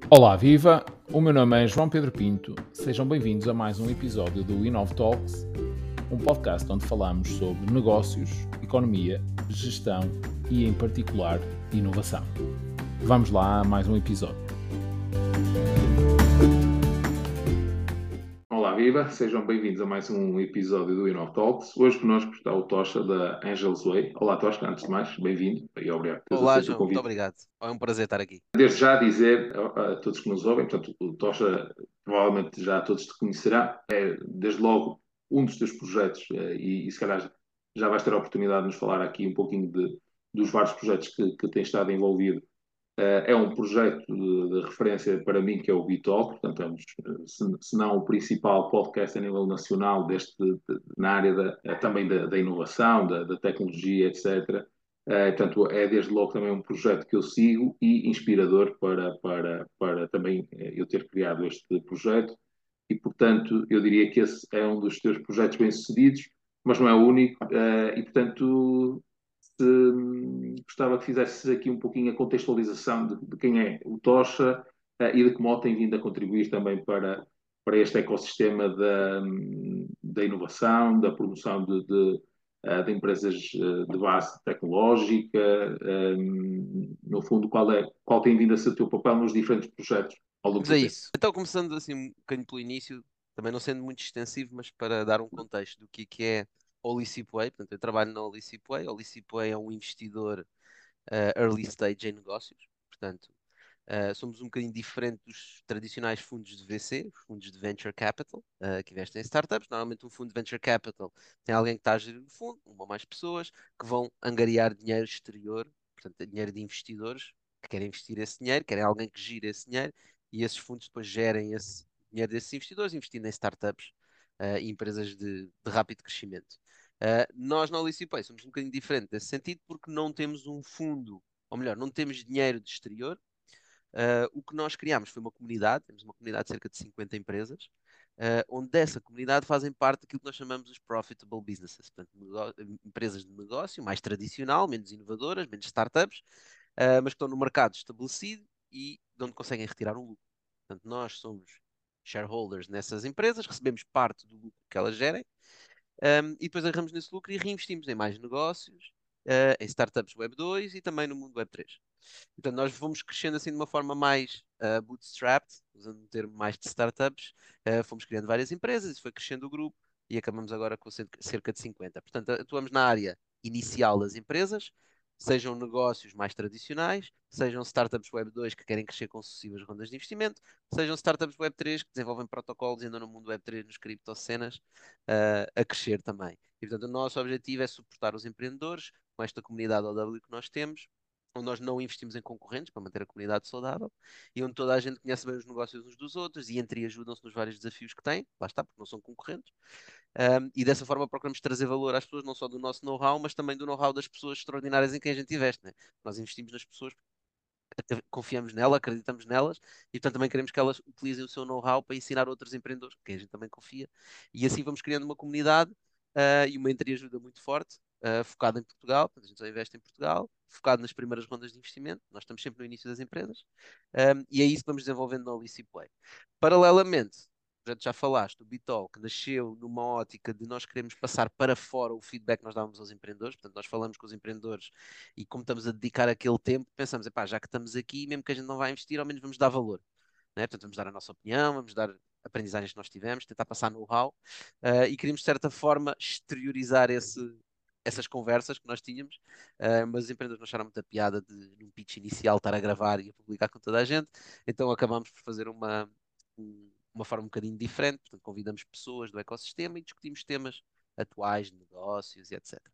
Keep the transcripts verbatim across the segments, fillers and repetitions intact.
Olá, viva! O meu nome é João Pedro Pinto. Sejam bem-vindos a mais um episódio do Inov Talks, um podcast onde falamos sobre negócios, economia, gestão e, em particular, inovação. Vamos lá a mais um episódio. Olá, viva! Sejam bem-vindos a mais um episódio do Inov Talks. Hoje conosco está o Tocha da Angels Way. Olá, Tocha, antes de mais, bem-vindo e obrigado por teres Olá, aceito o João, muito convite. obrigado. É um prazer estar aqui. Desde já dizer a, a todos que nos ouvem, portanto, o Tocha provavelmente já todos te conhecerão, é desde logo um dos teus projetos eh, e, e se calhar já vais ter a oportunidade de nos falar aqui um pouquinho de, dos vários projetos que, que tens estado envolvido. Eh, É um projeto de, de referência para mim que é o Bitalk, portanto, é um dos, eh, se, se não o principal podcast a nível nacional deste, de- na área da, eh, também da, da inovação, da, da tecnologia, etcétera. Eh, portanto, é desde logo também um projeto que eu sigo e inspirador para, para, para também eh, eu ter criado este projeto. E, portanto, eu diria que esse é um dos teus projetos bem-sucedidos, mas não é o único. eh, e, portanto, se, hum, gostava que fizesses aqui um pouquinho a contextualização de, de quem é o Tocha eh, e de que modo tem vindo a contribuir também para, para este ecossistema da, hum, da inovação, da promoção de, de, eh, de empresas eh, de base tecnológica. hum, no fundo, qual, é, qual tem vindo a ser o teu papel nos diferentes projetos ao longo Vamos do a tempo? isso. Então, começando assim um bocadinho pelo início, também não sendo muito extensivo, mas para dar um contexto do que, que é Olicipway. Portanto, eu trabalho na Olicipway. Olicipway é um investidor eh, early stage em negócios. Portanto, eh, somos um bocadinho diferente dos tradicionais fundos de V C, os fundos de Venture Capital, eh, que investem em startups. Normalmente, um fundo de Venture Capital tem alguém que está a gerir o fundo, uma ou mais pessoas, que vão angariar dinheiro exterior, portanto, dinheiro de investidores que querem investir esse dinheiro, querem alguém que gire esse dinheiro, e esses fundos depois gerem esse dinheiro desses investidores, investindo em startups eh, e empresas de, de rápido crescimento. Eh, nós na Licipay somos um bocadinho diferente nesse sentido, porque não temos um fundo, ou melhor, não temos dinheiro de exterior. Uh, o que nós criámos foi uma comunidade, temos uma comunidade de cerca de cinquenta empresas, uh, onde dessa comunidade fazem parte daquilo que nós chamamos os profitable businesses, portanto, nego- empresas de negócio mais tradicional, menos inovadoras, menos startups, uh, mas que estão no mercado estabelecido e de onde conseguem retirar um lucro. Portanto, nós somos shareholders nessas empresas, recebemos parte do lucro que elas gerem, um, e depois agarramos nesse lucro e reinvestimos em mais negócios, uh, em startups Web dois e também no mundo Web três. Portanto, nós fomos crescendo assim de uma forma mais uh, bootstrapped, usando um termo mais de startups, uh, fomos criando várias empresas, e foi crescendo o grupo e acabamos agora com cerca de cinquenta. Portanto, atuamos na área inicial das empresas, sejam negócios mais tradicionais, sejam startups Web dois que querem crescer com sucessivas rondas de investimento, sejam startups Web três que desenvolvem protocolos e andam no mundo Web três, nos criptocenas, uh, a crescer também. E, portanto, o nosso objetivo é suportar os empreendedores com esta comunidade O W que nós temos, onde nós não investimos em concorrentes para manter a comunidade saudável e onde toda a gente conhece bem os negócios uns dos outros e entre ajudam-se nos vários desafios que têm, lá está, porque não são concorrentes. Um, e dessa forma procuramos trazer valor às pessoas, não só do nosso know-how, mas também do know-how das pessoas extraordinárias em quem a gente investe. Né? Nós investimos nas pessoas porque confiamos nelas, acreditamos nelas e, portanto, também queremos que elas utilizem o seu know-how para ensinar outros empreendedores, com quem a gente também confia. E assim vamos criando uma comunidade uh, e uma entreajuda muito forte, uh, focada em Portugal. Portanto, a gente só investe em Portugal, focado nas primeiras rondas de investimento. Nós estamos sempre no início das empresas um, e é isso que vamos desenvolvendo no Licipay. Paralelamente, já já falaste, o Bitalk nasceu numa ótica de nós queremos passar para fora o feedback que nós dávamos aos empreendedores. Portanto, nós falamos com os empreendedores e como estamos a dedicar aquele tempo, pensamos, epá, já que estamos aqui, mesmo que a gente não vai investir, ao menos vamos dar valor. Né? Portanto, vamos dar a nossa opinião, vamos dar aprendizagens que nós tivemos, tentar passar know-how, uh, e queríamos, de certa forma, exteriorizar esse, essas conversas que nós tínhamos, uh, mas os empreendedores não acharam muita piada de, num pitch inicial, estar a gravar e a publicar com toda a gente, então acabámos por fazer uma, um, uma forma um bocadinho diferente, portanto, convidamos pessoas do ecossistema e discutimos temas atuais, de negócios e etcétera.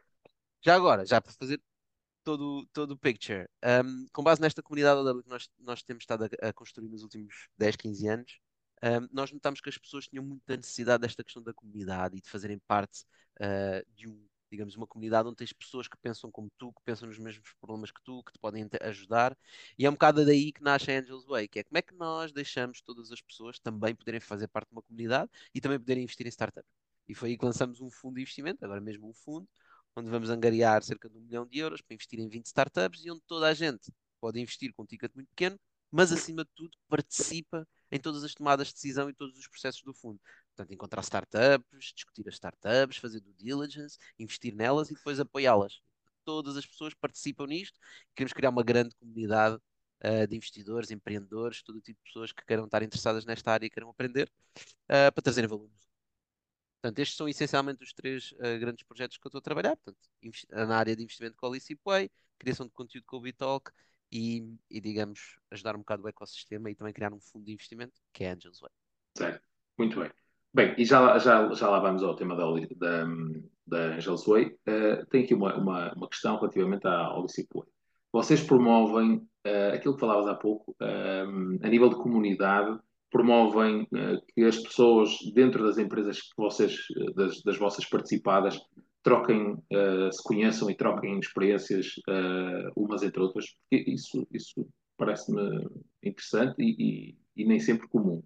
Já agora, já para fazer todo, todo o picture. Um, com base nesta comunidade O W que nós, nós temos estado a, a construir nos últimos dez, quinze anos, um, nós notamos que as pessoas tinham muita necessidade desta questão da comunidade e de fazerem parte uh, de um, digamos, uma comunidade onde tens pessoas que pensam como tu, que pensam nos mesmos problemas que tu, que te podem ajudar. E é um bocado daí que nasce a Angels Way, que é como é que nós deixamos todas as pessoas também poderem fazer parte de uma comunidade e também poderem investir em startups. E foi aí que lançamos um fundo de investimento, agora mesmo um fundo, onde vamos angariar cerca de um milhão de euros para investir em vinte startups e onde toda a gente pode investir com um ticket muito pequeno, mas acima de tudo participa em todas as tomadas de decisão e todos os processos do fundo. Portanto, encontrar startups, discutir as startups, fazer due diligence, investir nelas e depois apoiá-las. Todas as pessoas participam nisto. Queremos criar uma grande comunidade uh, de investidores, empreendedores, todo tipo de pessoas que queiram estar interessadas nesta área e queiram aprender uh, para trazerem valor. Portanto, estes são essencialmente os três uh, grandes projetos que eu estou a trabalhar. Portanto, na área de investimento com a LiciPay, criação de conteúdo com o Bitalk e, e, digamos, ajudar um bocado o ecossistema e também criar um fundo de investimento que é Angels Way. Certo, muito bem. Bem, e já, lá- já, já lá vamos ao tema da, Oli- da, da Angels Way. Eh, tenho aqui uma, uma, uma questão relativamente à Olicipoi. Vocês promovem, eh, aquilo que falavas há pouco, eh, a nível de comunidade, promovem eh, que as pessoas dentro das empresas que vocês, eh, das, das vossas participadas, troquem, eh, se conheçam e troquem experiências, eh, umas entre outras, porque isso, isso parece-me interessante e, e, e nem sempre comum.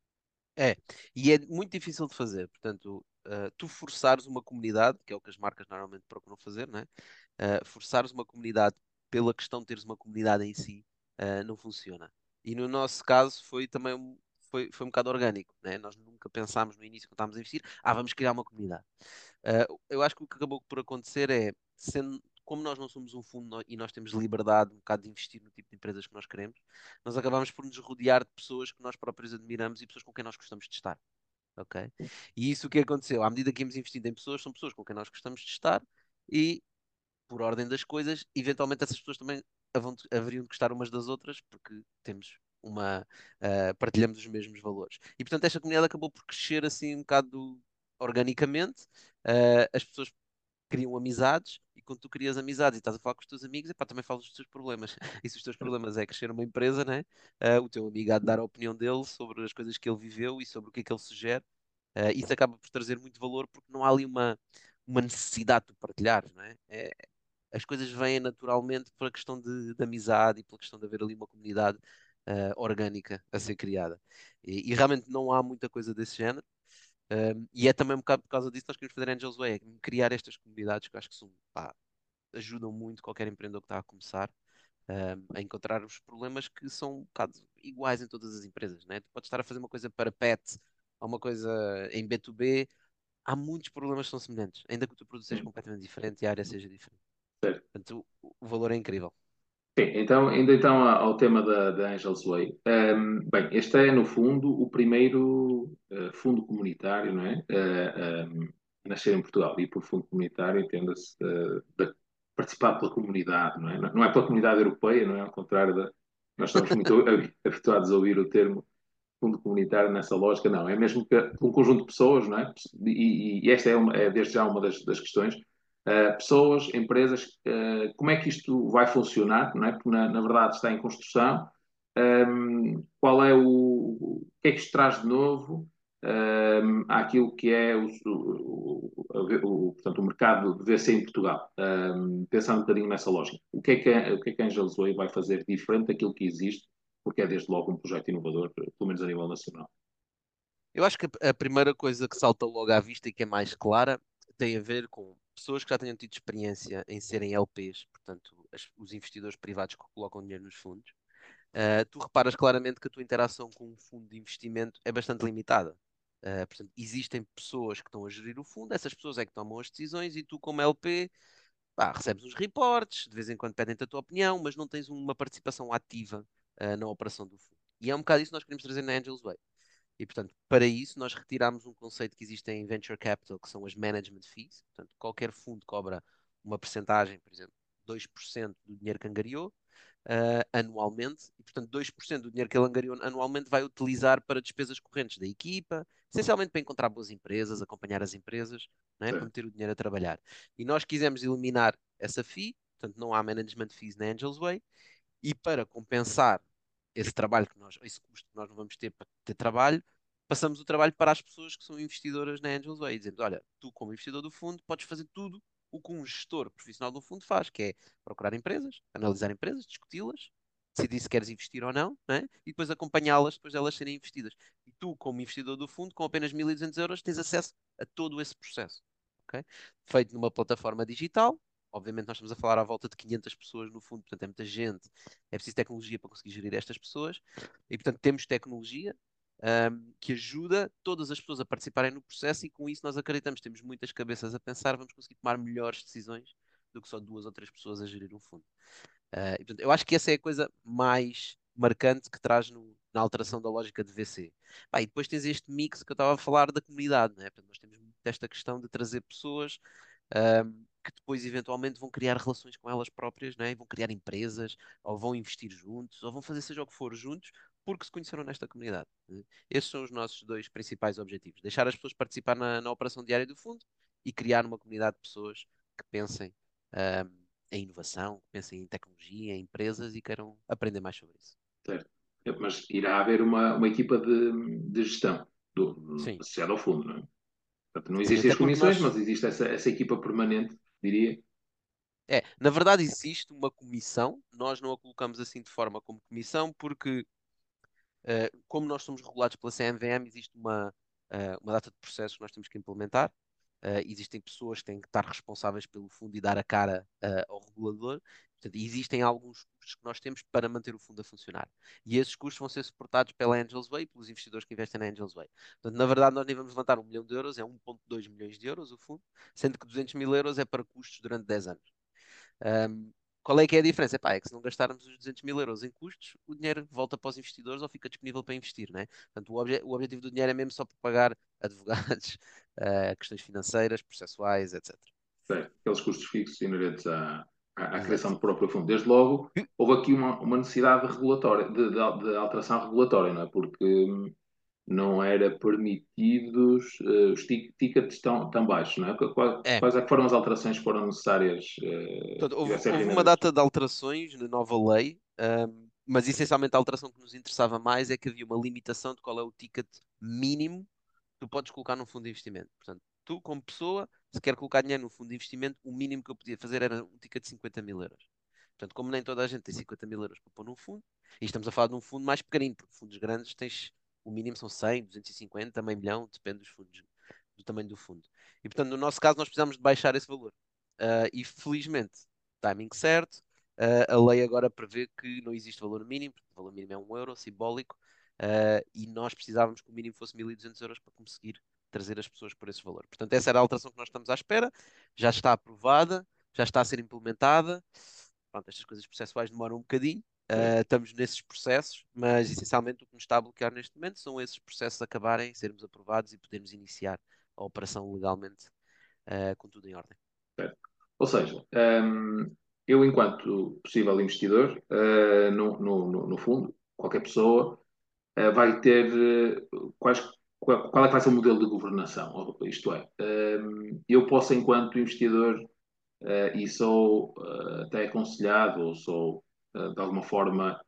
É, e é muito difícil de fazer. Portanto, uh, tu forçares uma comunidade, que é o que as marcas normalmente procuram fazer, né? Uh, forçares uma comunidade pela questão de teres uma comunidade em si, uh, não funciona. E no nosso caso foi também um, foi, foi um bocado orgânico, né? Nós nunca pensámos no início, quando estávamos a investir, ah, vamos criar uma comunidade. Uh, eu acho que o que acabou por acontecer é, sendo, como nós não somos um fundo no- e nós temos liberdade um bocado de investir no tipo de empresas que nós queremos, nós acabamos por nos rodear de pessoas que nós próprios admiramos e pessoas com quem nós gostamos de estar. Ok? E isso o que aconteceu? À medida que íamos investindo em pessoas, são pessoas com quem nós gostamos de estar e, por ordem das coisas, eventualmente essas pessoas também havam de- haveriam de gostar umas das outras porque temos uma, ah, partilhamos os mesmos valores. E portanto esta comunidade acabou por crescer assim um bocado organicamente. Ah, as pessoas criam amizades e quando tu crias amizades e estás a falar com os teus amigos, epá, também falas dos teus problemas. E se os teus problemas é crescer uma empresa, né? Ah, o teu amigo há de dar a opinião dele sobre as coisas que ele viveu e sobre o que é que ele sugere. Ah, isso acaba por trazer muito valor porque não há ali uma, uma necessidade de partilhar, não é? É- as coisas vêm naturalmente pela questão de, de amizade e pela questão de haver ali uma comunidade ah, orgânica a ser criada. E, e realmente não há muita coisa desse género. Um, e é também um bocado por causa disso que nós queremos fazer Angels Way, é criar estas comunidades que eu acho que são, pá, ajudam muito qualquer empreendedor que está a começar um, a encontrar os problemas que são um bocado iguais em todas as empresas, né? Tu podes estar a fazer uma coisa para pet ou uma coisa em B dois B, há muitos problemas que são semelhantes, ainda que o teu produto seja completamente diferente e a área seja diferente. Certo. Portanto, o, o valor é incrível. Sim, então, indo então ao tema da, da Angels Way. Ehm, bem, este é, no fundo, o primeiro eh, fundo comunitário, não é? Eh, ehm, a nascer em Portugal. E por fundo comunitário entenda-se eh, de participar pela comunidade, não é? Não é pela comunidade europeia, não é? Ao contrário da. Nós estamos muito habituados a ouvir o termo fundo comunitário nessa lógica, não. É mesmo que um conjunto de pessoas, não é? E, e esta é, uma, é desde já uma das, das questões. Uh, pessoas, empresas, uh, como é que isto vai funcionar, não é? Porque na, na verdade está em construção. Um, qual é o, o que é que isto traz de novo um, àquilo que é o, o, o, o, portanto, o mercado de V C em Portugal? Um, pensando um bocadinho nessa lógica. O que é que, a- o que é que a Angels Way vai fazer diferente daquilo que existe porque é desde logo um projeto inovador, pelo menos a nível nacional. Eu acho que a a primeira coisa que salta logo à vista e que é mais clara tem a ver com pessoas que já tenham tido experiência em serem L Ps, portanto, as- os investidores privados que colocam dinheiro nos fundos. Uh, tu reparas claramente que a tua interação com um fundo de investimento é bastante limitada. Uh, portanto, existem pessoas que estão a gerir o fundo, essas pessoas é que tomam as decisões e tu, como L P, pá, recebes uns reportes, de vez em quando pedem-te a tua opinião, mas não tens uma participação ativa uh, na operação do fundo. E é um bocado isso que nós queremos trazer na Angels Way. E, portanto, para isso, nós retiramos um conceito que existe em Venture Capital, que são as management fees. Portanto, qualquer fundo cobra uma percentagem, por exemplo, dois por cento do dinheiro que angariou, uh, anualmente, e, portanto, dois por cento do dinheiro que ele angariou anualmente vai utilizar para despesas correntes da equipa, essencialmente para encontrar boas empresas, acompanhar as empresas, não é? Para Certo, meter o dinheiro a trabalhar. E nós quisemos eliminar essa fee, portanto, não há management fees na Angels Way, e para compensar esse trabalho que nós, esse custo que nós não vamos ter para ter trabalho, passamos o trabalho para as pessoas que são investidoras na Angels Way, dizendo, olha, tu como investidor do fundo podes fazer tudo o que um gestor profissional do fundo faz, que é procurar empresas, analisar empresas, discuti-las, decidir se queres investir ou não, né? E depois acompanhá-las depois de elas serem investidas. E tu, como investidor do fundo, com apenas mil e duzentos euros, tens acesso a todo esse processo. Ok? Feito numa plataforma digital, obviamente nós estamos a falar à volta de quinhentas pessoas no fundo, portanto é muita gente, é preciso tecnologia para conseguir gerir estas pessoas, e portanto temos tecnologia ahm, que ajuda todas as pessoas a participarem no processo e com isso nós acreditamos, temos muitas cabeças a pensar, vamos conseguir tomar melhores decisões do que só duas ou três pessoas a gerir um fundo. Ah, e, portanto, eu acho que essa é a coisa mais marcante que traz no- na alteração da lógica de V C. Pá, e depois tens este mix que eu estava a falar da comunidade, né? Portanto, nós temos muito esta questão de trazer pessoas ahm, que depois eventualmente vão criar relações com elas próprias, né? E vão criar empresas, ou vão investir juntos, ou vão fazer seja o que for juntos, porque se conheceram nesta comunidade, né? Esses são os nossos dois principais objetivos: deixar as pessoas participar na, na operação diária do fundo e criar uma comunidade de pessoas que pensem ahm, em inovação, que pensem em tecnologia, em empresas e queiram aprender mais sobre isso. Certo. É, mas irá haver uma, uma equipa de, de gestão do, Sim, associada ao fundo, não é? Portanto, não sim, existem até as porque comissões, nós. mas existe essa, essa equipa permanente, diria. É, na verdade existe uma comissão, nós não a colocamos assim de forma como comissão, porque Uh, como nós somos regulados pela C M V M, existe uma, uh, uma data de processos que nós temos que implementar. Uh, existem pessoas que têm que estar responsáveis pelo fundo e dar a cara uh, ao regulador. Portanto, existem alguns custos que nós temos para manter o fundo a funcionar. E esses custos vão ser suportados pela Angels Way, pelos investidores que investem na Angels Way. Portanto, na verdade, nós nem vamos levantar um milhão de euros, é um vírgula dois milhões de euros o fundo, sendo que duzentos mil euros é para custos durante dez anos. Um, qual é que é a diferença? Epá, é que se não gastarmos os duzentos mil euros em custos, o dinheiro volta para os investidores ou fica disponível para investir, né? Portanto, o, obje o objetivo do dinheiro é mesmo só para pagar advogados, uh, questões financeiras, processuais, etcétera. Certo. Aqueles custos fixos inerentes à, à, à criação Exato. do próprio fundo. Desde logo, houve aqui uma, uma necessidade de regulatória, de, de, de alteração regulatória, não é? Porque hum, não era permitidos uh, os tickets tão, tão baixos, não é? Quais, É, quais é que foram as alterações que foram necessárias uh, portanto, que houve, tivessem houve rendido uma isto? data de alterações na nova lei, um, mas essencialmente a alteração que nos interessava mais é que havia uma limitação de qual é o ticket mínimo que tu podes colocar num fundo de investimento. Portanto, tu, como pessoa, se quer colocar dinheiro num fundo de investimento, o mínimo que eu podia fazer era um ticket de cinquenta mil euros. Portanto, como nem toda a gente tem cinquenta mil euros para pôr num fundo, e estamos a falar de um fundo mais pequenino, porque fundos grandes tens, o mínimo são cem, duzentos e cinquenta, meio milhão, depende dos fundos, do tamanho do fundo. E portanto, no nosso caso, nós precisamos de baixar esse valor. Ah, e felizmente, timing certo, ah, a lei agora prevê que não existe valor mínimo, porque o valor mínimo é um euro, simbólico, ah, e nós precisávamos que o mínimo fosse mil e duzentos euros para conseguir trazer as pessoas por esse valor. Portanto, essa era a alteração que nós estamos à espera, já está aprovada, já está a ser implementada. Pronto, estas coisas processuais demoram um bocadinho, Certo. ah, estamos nesses processos, mas essencialmente o que nos está a bloquear neste momento são esses processos acabarem, sermos aprovados e podermos iniciar a operação legalmente, ah, com tudo em ordem. Certo. Ou seja, hum, eu, enquanto possível investidor, uh, no, no, no, no fundo, qualquer pessoa uh, vai ter uh, quais, qual, qual é que vai ser o modelo de governação? Isto é, hum, eu posso, enquanto investidor, uh, e sou uh, até aconselhado, ou sou uh, de alguma forma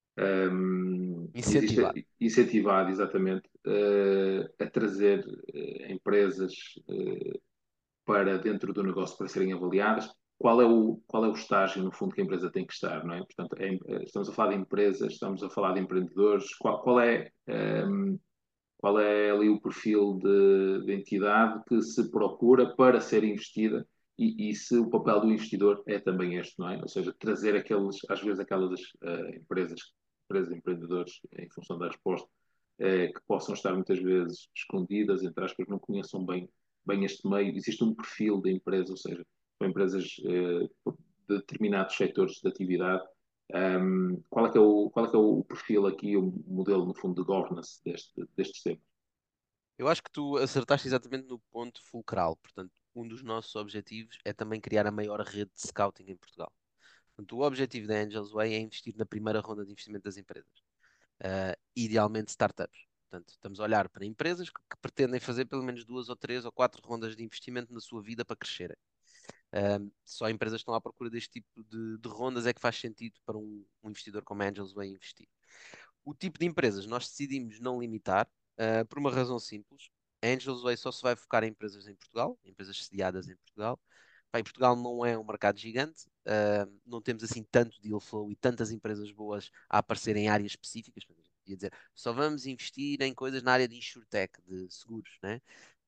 um, Incentivar. existe, incentivado, exatamente, uh, a trazer uh, empresas uh, para dentro do negócio para serem avaliadas, qual é o, qual é o estágio, no fundo, que a empresa tem que estar, não é? Portanto, é, estamos a falar de empresas, estamos a falar de empreendedores, qual, qual é, um, qual é ali o perfil de, de entidade que se procura para ser investida e, e, se o papel do investidor é também este, não é? Ou seja, trazer aqueles, às vezes aquelas uh, empresas, empresas, empreendedores, em função da resposta, uh, que possam estar muitas vezes escondidas, entre aspas, não conheçam bem, bem este meio. Existe um perfil da empresa, ou seja, são empresas uh, de determinados setores de atividade. Um, qual, é que é o, qual é que é o perfil aqui, o modelo, no fundo, de governance deste, destes temas? Eu acho que tu acertaste exatamente no ponto fulcral. Portanto, um dos nossos objetivos é também criar a maior rede de scouting em Portugal. Portanto, o objetivo da Angels Way é investir na primeira ronda de investimento das empresas, uh, idealmente startups. Portanto, estamos a olhar para empresas que, que pretendem fazer pelo menos duas ou três ou quatro rondas de investimento na sua vida para crescerem. Um, só empresas que estão à procura deste tipo de, de rondas é que faz sentido para um, um investidor como a Angels Way investir. O tipo de empresas nós decidimos não limitar, uh, por uma razão simples. A Angels Way só se vai focar em empresas em Portugal, empresas sediadas em Portugal. Pá, em Portugal não é um mercado gigante, uh, não temos assim tanto deal flow e tantas empresas boas a aparecer em áreas específicas. Ia dizer, só vamos investir em coisas na área de insurtech, de seguros, né?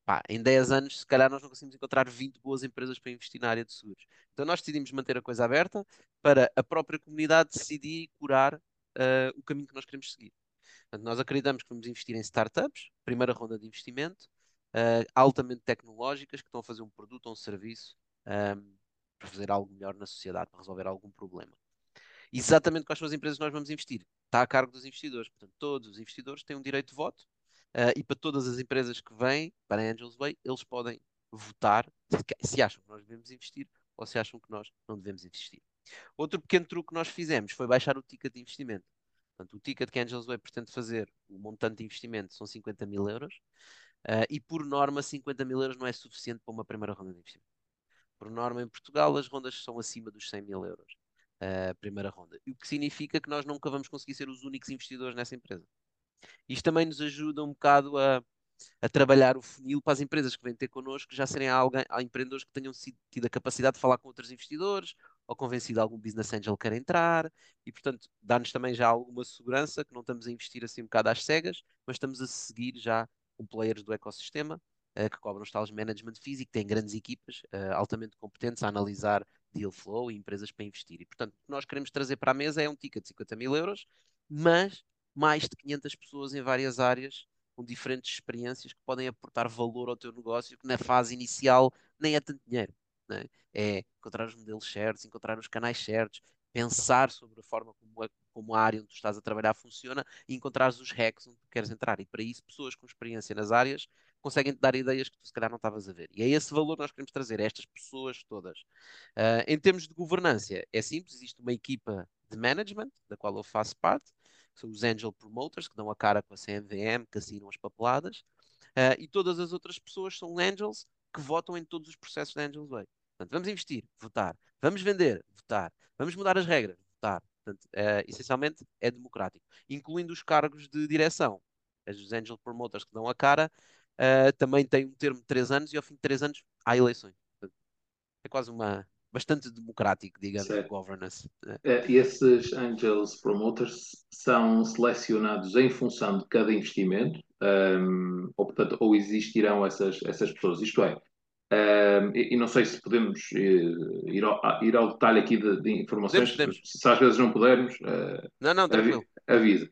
pá, em dez anos, se calhar nós não conseguimos encontrar vinte boas empresas para investir na área de seguros. Então nós decidimos manter a coisa aberta para a própria comunidade decidir e curar eh, o caminho que nós queremos seguir. Portanto, nós acreditamos que vamos investir em startups, primeira ronda de investimento, eh, altamente tecnológicas, que estão a fazer um produto ou um serviço ehm, para fazer algo melhor na sociedade, para resolver algum problema. Exatamente quais são as empresas que nós vamos investir. Está a cargo dos investidores. Portanto, todos os investidores têm um direito de voto, eh, e para todas as empresas que vêm para a Angels Way, eles podem votar se que- se acham que nós devemos investir ou se acham que nós não devemos investir. Outro pequeno truque que nós fizemos foi baixar o ticket de investimento. Portanto, o ticket que a Angels Way pretende fazer, o montante de investimento são cinquenta mil euros, eh, e por norma cinquenta mil euros não é suficiente para uma primeira ronda de investimento. Por norma, em Portugal, as rondas são acima dos cem mil euros, eh, a primeira ronda. O que significa que nós nunca vamos conseguir ser os únicos investidores nessa empresa. Isto também nos ajuda um bocado a, a trabalhar o funil para as empresas que vêm ter connosco já serem alguém, há empreendedores que tenham sido, tido a capacidade de falar com outros investidores ou convencido algum business angel que quer entrar e, portanto, dá-nos também já alguma segurança que não estamos a investir assim um bocado às cegas, mas estamos a seguir já com players do ecossistema eh, que cobram os tais management fees e que têm grandes equipas eh, altamente competentes a analisar deal flow e empresas para investir. E, portanto, o que nós queremos trazer para a mesa é um ticket de cinquenta mil euros, mas mais de quinhentas pessoas em várias áreas com diferentes experiências que podem aportar valor ao teu negócio, que na fase inicial nem é tanto dinheiro, né? É encontrar os modelos certos, encontrar os canais certos, pensar sobre a forma como a, como a área onde tu estás a trabalhar funciona e encontrar os hacks onde tu queres entrar. E para isso, pessoas com experiência nas áreas conseguem te dar ideias que tu se calhar não estavas a ver. E é esse valor que nós queremos trazer, a estas pessoas todas. Uh, em termos de governança, é simples, existe uma equipa de management, da qual eu faço parte, que são os Angel Promoters, que dão a cara com a C M V M, que assinam as papeladas, uh, e todas as outras pessoas são Angels que votam em todos os processos da Angels Way. Portanto, vamos investir, votar. Vamos vender, votar. Vamos mudar as regras, votar. Portanto, uh, essencialmente é democrático, incluindo os cargos de direção. Os Angel Promoters que dão a cara uh, também têm um termo de três anos e ao fim de três anos há eleições. Portanto, é quase uma bastante democrático, digamos, o Certo. governance. Né? Eh, Esses Angels Promoters são selecionados em função de cada investimento, ehm, ou, portanto, ou existirão essas, essas pessoas. Isto é, ehm, e, e não sei se podemos eh, ir ao, a- ir ao detalhe aqui de, de Podemos, informações, podemos. se às vezes não pudermos, eh, Não, não, avi- tranquilo. avisa.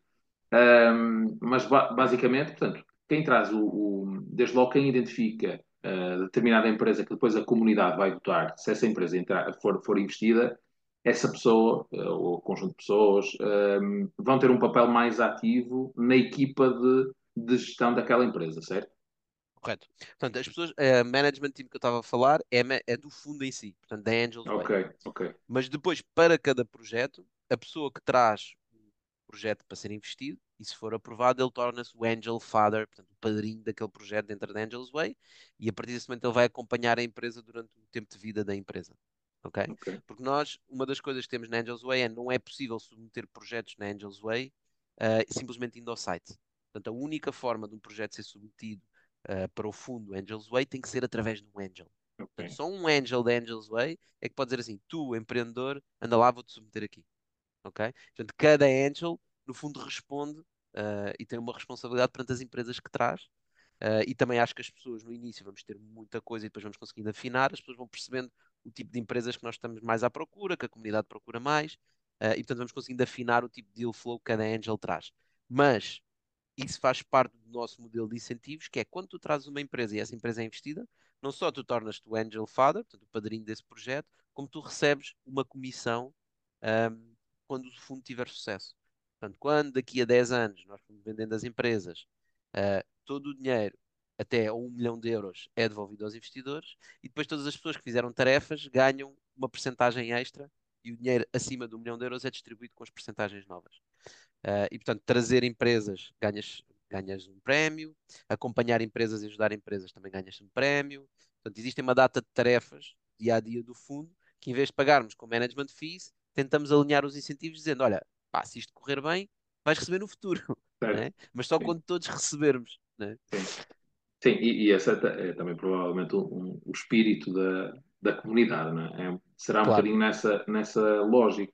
Um, mas ba basicamente, portanto, quem traz o, o desde logo quem identifica uh, determinada empresa que depois a comunidade vai votar, se essa empresa entrar, for, for investida, essa pessoa, uh, ou o conjunto de pessoas, um, vão ter um papel mais ativo na equipa de, de gestão daquela empresa, certo? Correto. Portanto, as pessoas, a management team que eu estava a falar é, ma- é do fundo em si, portanto, da Angels Ok, Way. ok, Mas depois, para cada projeto, a pessoa que traz o projeto para ser investido, e se for aprovado, ele torna-se o Angel Father, portanto, o padrinho daquele projeto dentro da Angels Way, e a partir desse momento ele vai acompanhar a empresa durante o tempo de vida da empresa. Ok? ok, Porque nós, uma das coisas que temos na Angels Way é não é possível submeter projetos na Angels Way uh, simplesmente indo ao site. Portanto, a única forma de um projeto ser submetido uh, para o fundo Angels Way tem que ser através de um Angel. Portanto, ok, só um Angel da Angels Way é que pode dizer assim: tu, empreendedor, anda lá, vou-te submeter aqui. Ok? Portanto, cada Angel, no fundo, responde uh, e tem uma responsabilidade perante as empresas que traz. Uh, e também acho que as pessoas no início vamos ter muita coisa e depois vamos conseguindo afinar, as pessoas vão percebendo o tipo de empresas que nós estamos mais à procura, que a comunidade procura mais, uh, e portanto vamos conseguindo afinar o tipo de deal flow que cada Angel traz. Mas isso faz parte do nosso modelo de incentivos, que é quando tu trazes uma empresa e essa empresa é investida, não só tu tornas-te o Angel Father, portanto, o padrinho desse projeto, como tu recebes uma comissão ahm, quando o fundo tiver sucesso. Portanto, quando daqui a dez anos nós formos vendendo as empresas, ah, todo o dinheiro, até um milhão de euros, é devolvido aos investidores e depois todas as pessoas que fizeram tarefas ganham uma percentagem extra e o dinheiro acima de um milhão de euros é distribuído com as percentagens novas. Uh, e, portanto, trazer empresas, ganhas, ganhas um prémio, acompanhar empresas e ajudar empresas também ganhas um prémio. Portanto, existem uma data de tarefas, dia a dia do fundo, que em vez de pagarmos com management fees, tentamos alinhar os incentivos dizendo, olha, pá, se isto correr bem, vais receber no futuro, certo, né? Mas só sim, quando todos recebermos, né? sim. Sim, e, e esse é, ta- é também provavelmente um, um- o espírito da, da comunidade, não é? É- será um Claro, bocadinho nessa, nessa lógica.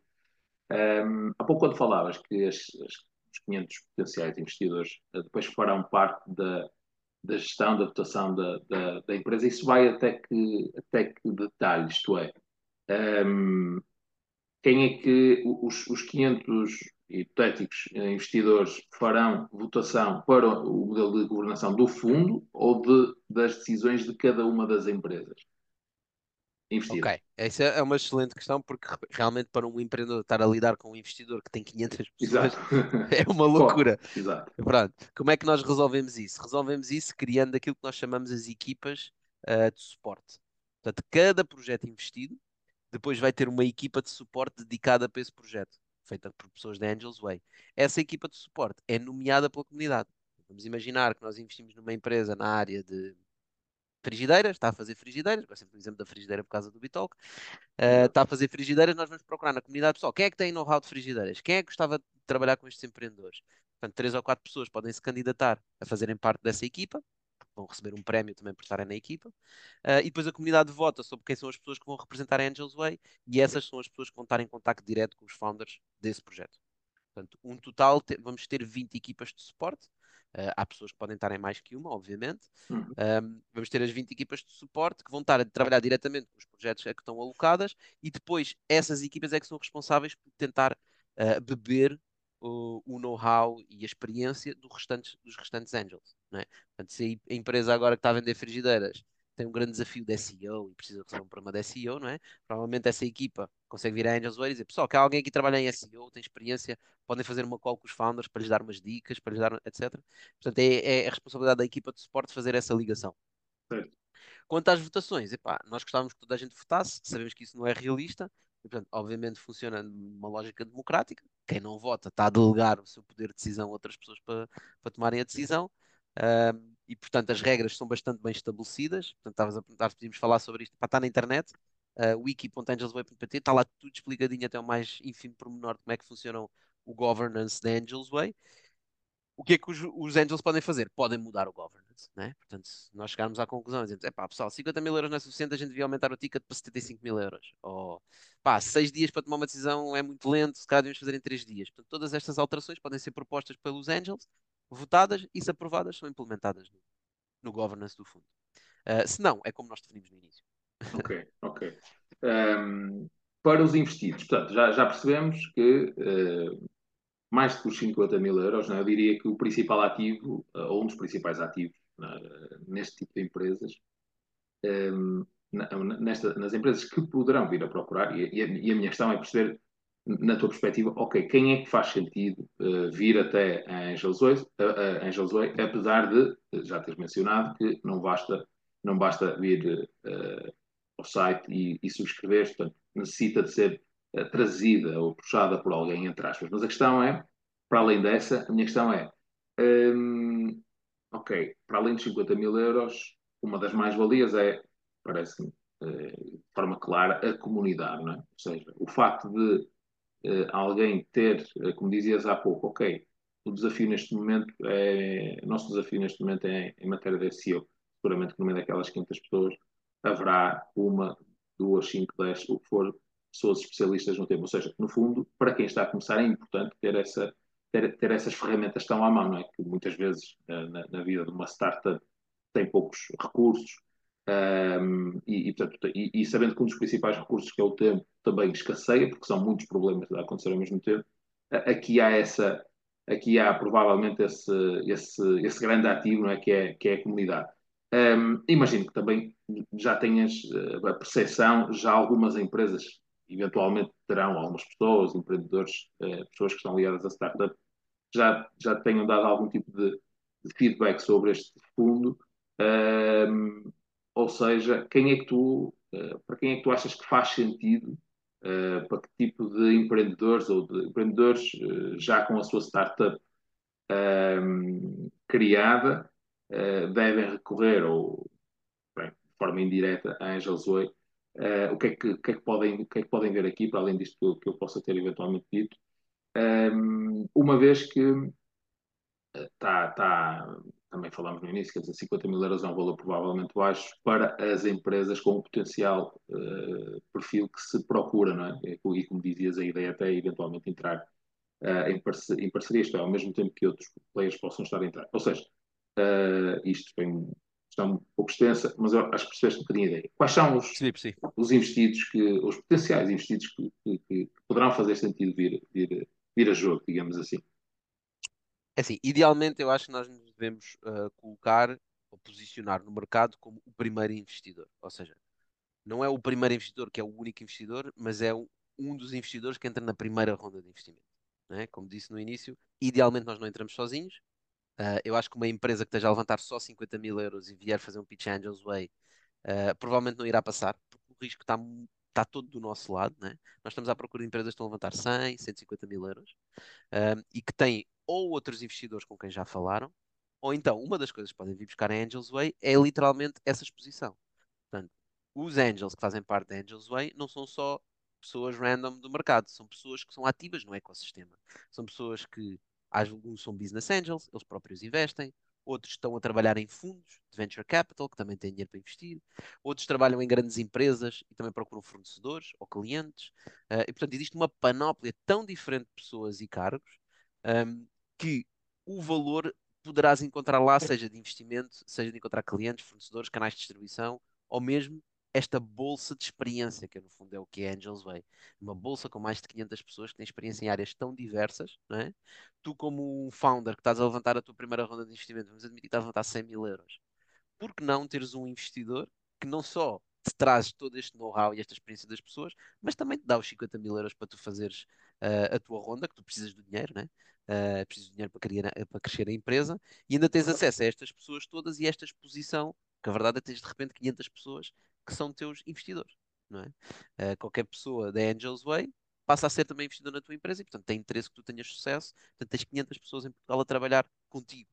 Um, há pouco, quando falavas que as- as- os quinhentos potenciais investidores eh, depois farão parte da, da gestão, da votação da, da, da empresa, isso vai até que, até que detalhe, isto é, um, quem é que os, os quinhentos hipotéticos investidores farão votação para o modelo de governação do fundo ou de, das decisões de cada uma das empresas Ok, investidas? essa é uma excelente questão porque re- realmente para um empreendedor estar a lidar com um investidor que tem quinhentas Exato. pessoas é uma Bom, loucura. exato. Pronto, como é que nós resolvemos isso? Resolvemos isso criando aquilo que nós chamamos as equipas ah, de suporte. Portanto, cada projeto investido depois vai ter uma equipa de suporte dedicada para esse projeto, feita por pessoas da Angels Way. Essa equipa de suporte é nomeada pela comunidade. Vamos imaginar que nós investimos numa empresa na área de frigideiras, está a fazer frigideiras, gosto sempre do exemplo da frigideira por causa do Bitalk, uh, Exato. está a fazer frigideiras, nós vamos procurar na comunidade pessoal, quem é que tem know-how de frigideiras? Quem é que gostava de trabalhar com estes empreendedores? Portanto, três ou quatro pessoas podem se candidatar a fazerem parte dessa equipa, vão receber um prémio também por estarem na equipa, uh, e depois a comunidade vota sobre quem são as pessoas que vão representar a Angels Way, e essas são as pessoas que vão estar em contacto direto com os founders desse projeto. Portanto, um total, te- vamos ter vinte equipas de suporte. Uh, há pessoas que podem estar em mais que uma, obviamente. Uhum. Um, vamos ter as vinte equipas de suporte que vão estar a trabalhar diretamente com os projetos a que estão alocadas e depois essas equipas é que são responsáveis por tentar uh, beber o, o know-how e a experiência do restantes, dos restantes Angels. Não é? Portanto, se a empresa agora que está a vender frigideiras tem um grande desafio de S E O e precisa resolver um problema de S E O, não é? Provavelmente essa equipa consegue vir a Angels Way e dizer, pessoal, que há alguém aqui que trabalha em S E O, tem experiência, podem fazer uma call com os founders para lhes dar umas dicas, para lhes dar, etcétera. Portanto, é, é a responsabilidade da equipa de suporte fazer essa ligação. Certo. Quanto às votações, epá, nós gostávamos que toda a gente votasse, sabemos que isso não é realista, e, portanto, obviamente funciona numa lógica democrática. Quem não vota está a delegar o seu poder de decisão a outras pessoas para, para tomarem a decisão. Ahm, e, portanto, as regras são bastante bem estabelecidas. Portanto, estavas a perguntar se podíamos falar sobre isto. Epá, está na internet, uh, wiki ponto angelsway ponto p t, está lá tudo explicadinho até o mais ínfimo pormenor de como é que funciona o governance da Angels Way. O que é que os, os Angels podem fazer? Podem mudar o governance, né? Portanto, se nós chegarmos à conclusão e dizemos, é pá, pessoal, cinquenta mil euros não é suficiente, a gente devia aumentar o ticket para setenta e cinco mil euros. Ou, pá, seis dias para tomar uma decisão é muito lento, se calhar devemos fazer em três dias. Portanto, todas estas alterações podem ser propostas pelos Angels, votadas e, se aprovadas, são implementadas no, no governance do fundo. Uh, se não, é como nós definimos no início. Ok, ok. Um, para os investidos, portanto, já, já percebemos que uh, mais do que os cinquenta mil euros, não é? Eu diria que o principal ativo, uh, ou um dos principais ativos, não é? Neste tipo de empresas, um, na- nesta, nas empresas que poderão vir a procurar, e, e, a, e a minha questão é perceber, na tua perspectiva, ok, quem é que faz sentido uh, vir até a Angels Way, a, a Angels Way, apesar de já teres mencionado que não basta, não basta vir uh, ao site e, e subscrever, portanto, necessita de ser uh, trazida ou puxada por alguém, entre aspas. Mas a questão é, para além dessa, a minha questão é, um, ok, para além dos cinquenta mil euros, uma das mais-valias é, parece-me, eh, de forma clara, a comunidade, não é? Ou seja, o facto de eh, alguém ter, eh, como dizias há pouco, ok, o desafio neste momento é, o nosso desafio neste momento é em matéria de S E O. Seguramente que no meio daquelas quinhentas pessoas haverá uma, duas, cinco, dez, o que for, pessoas especialistas no tema. Ou seja, no fundo, para quem está a começar é importante ter essa ter, ter essas ferramentas tão à mão, não é? Que muitas vezes eh, na, na vida de uma startup tem poucos recursos, um, e, e, portanto, e, e, sabendo que um dos principais recursos, que é o tempo, também escasseia, porque são muitos problemas a acontecer ao mesmo tempo, aqui há essa, aqui há provavelmente esse, esse, esse grande ativo, não é? Que, é, que é a comunidade. Um, imagino que também já tenhas uh, a percepção, já algumas empresas eventualmente terão algumas pessoas, empreendedores, uh, pessoas que estão ligadas a startup, já, já tenham dado algum tipo de, de feedback sobre este fundo. Um, ou seja, quem é que tu, uh, para quem é que tu achas que faz sentido, uh, para que tipo de empreendedores ou de empreendedores uh, já com a sua startup um, criada uh, devem recorrer, ou bem, de forma indireta, a Angels Way? Uh, o, que é que, o, que é que podem, o que é que podem ver aqui, para além disto que eu, que eu possa ter eventualmente dito? Um, uma vez que tá, tá, também falámos no início, quer dizer, cinquenta mil euros é um valor provavelmente baixo para as empresas com o potencial uh, perfil que se procura, não é? E, como dizias, a ideia até é eventualmente entrar uh, em, parce em parceria, isto é, ao mesmo tempo que outros players possam estar a entrar. Ou seja, Uh, isto foi uma questão um pouco extensa, mas eu acho que percebeste um bocadinho a ideia. Quais são os, Percebi, percebi. os investidos, que, os potenciais investidos que, que, que poderão fazer sentido vir, vir, vir a jogo, digamos assim? É assim, idealmente eu acho que nós nos devemos uh, colocar ou posicionar no mercado como o primeiro investidor. Ou seja, não é o primeiro investidor que é o único investidor, mas é um, um dos investidores que entra na primeira ronda de investimento. Não é? Como disse no início, idealmente nós não entramos sozinhos. Uh, eu acho que uma empresa que esteja a levantar só cinquenta mil euros e vier fazer um pitch Angels Way, uh, provavelmente não irá passar, porque o risco está, está todo do nosso lado. Né? Nós estamos à procura de empresas que estão a levantar cem, cento e cinquenta mil euros um, e que têm ou outros investidores com quem já falaram, ou então uma das coisas que podem vir buscar em Angels Way é literalmente essa exposição. Portanto, os Angels que fazem parte da Angels Way não são só pessoas random do mercado, são pessoas que são ativas no ecossistema. São pessoas que, alguns são business angels, eles próprios investem, outros estão a trabalhar em fundos de venture capital, que também têm dinheiro para investir, outros trabalham em grandes empresas e também procuram fornecedores ou clientes. Uh, e, portanto, existe uma panóplia tão diferente de pessoas e cargos um, que o valor poderás encontrar lá, seja de investimento, seja de encontrar clientes, fornecedores, canais de distribuição, ou mesmo esta bolsa de experiência, que no fundo é o que é Angels Way. Uma bolsa com mais de quinhentas pessoas que têm experiência em áreas tão diversas, não é? Tu, como um founder que estás a levantar a tua primeira ronda de investimento, vamos admitir que estás a levantar cem mil euros. Por que não teres um investidor que não só te traz todo este know-how e esta experiência das pessoas, mas também te dá os cinquenta mil euros para tu fazeres uh, a tua ronda, que tu precisas do dinheiro, né? Uh, precisas do dinheiro para, criar, para crescer a empresa, e ainda tens acesso a estas pessoas todas e esta exposição, que a verdade é que tens de repente quinhentas pessoas que são teus investidores, não é? Uh, qualquer pessoa da Angels Way passa a ser também investidor na tua empresa e, portanto, tem interesse que tu tenhas sucesso, portanto, tens quinhentas pessoas em Portugal a trabalhar contigo.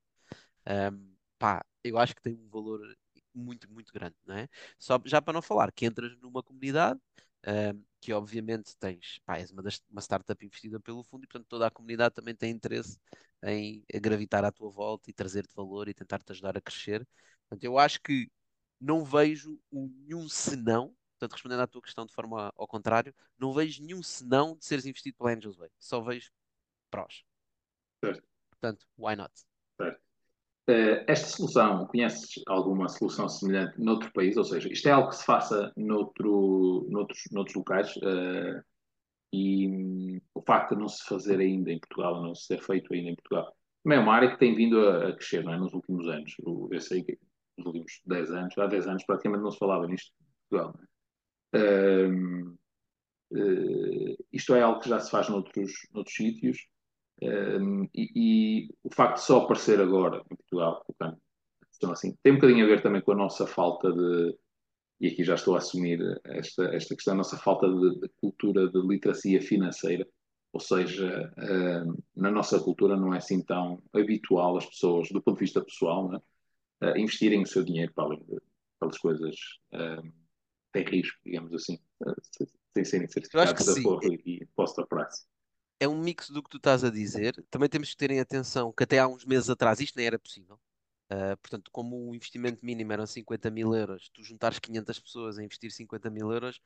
Um, pá, eu acho que tem um valor muito, muito grande, não é? Só, já para não falar que entras numa comunidade um, que obviamente tens, pá, és uma, das, uma startup investida pelo fundo e portanto toda a comunidade também tem interesse em gravitar à tua volta e trazer-te valor e tentar-te ajudar a crescer. Portanto, eu acho que não vejo o nenhum senão, portanto, respondendo à tua questão de forma ao contrário, não vejo nenhum senão de seres investido pela Angels Way. Só vejo prós. Certo, Portanto, why not? certo. Uh, esta solução, conheces alguma solução semelhante noutro país? Ou seja, isto é algo que se faça noutro, noutros, noutros locais? Uh, e hum, o facto de não se fazer ainda em Portugal, não se ser feito ainda em Portugal, também é uma área que tem vindo a, a crescer, não é? Nos últimos anos. Eu, eu sei que nos últimos dez anos, há dez anos praticamente não se falava nisto em Portugal. Não é? Hum, uh, isto é algo que já se faz noutros, noutros sítios. Um, e, e, o facto de só aparecer agora em Portugal, portanto, então, assim, tem um bocadinho a ver também com a nossa falta de, e aqui já estou a assumir esta, esta questão, a nossa falta de, de cultura de literacia financeira, ou seja, um, na nossa cultura não é assim tão habitual as pessoas, do ponto de vista pessoal, né, uh, investirem o seu dinheiro para além de, pelas coisas um, têm risco, digamos assim, uh, sem serem Eu acho que certificados da sim. Forro e posto a prazo. É um mix do que tu estás a dizer. Também temos que ter em atenção que até há uns meses atrás isto nem era possível. Uh, portanto, como o investimento mínimo eram cinquenta mil euros, tu juntares quinhentas pessoas a investir cinquenta mil euros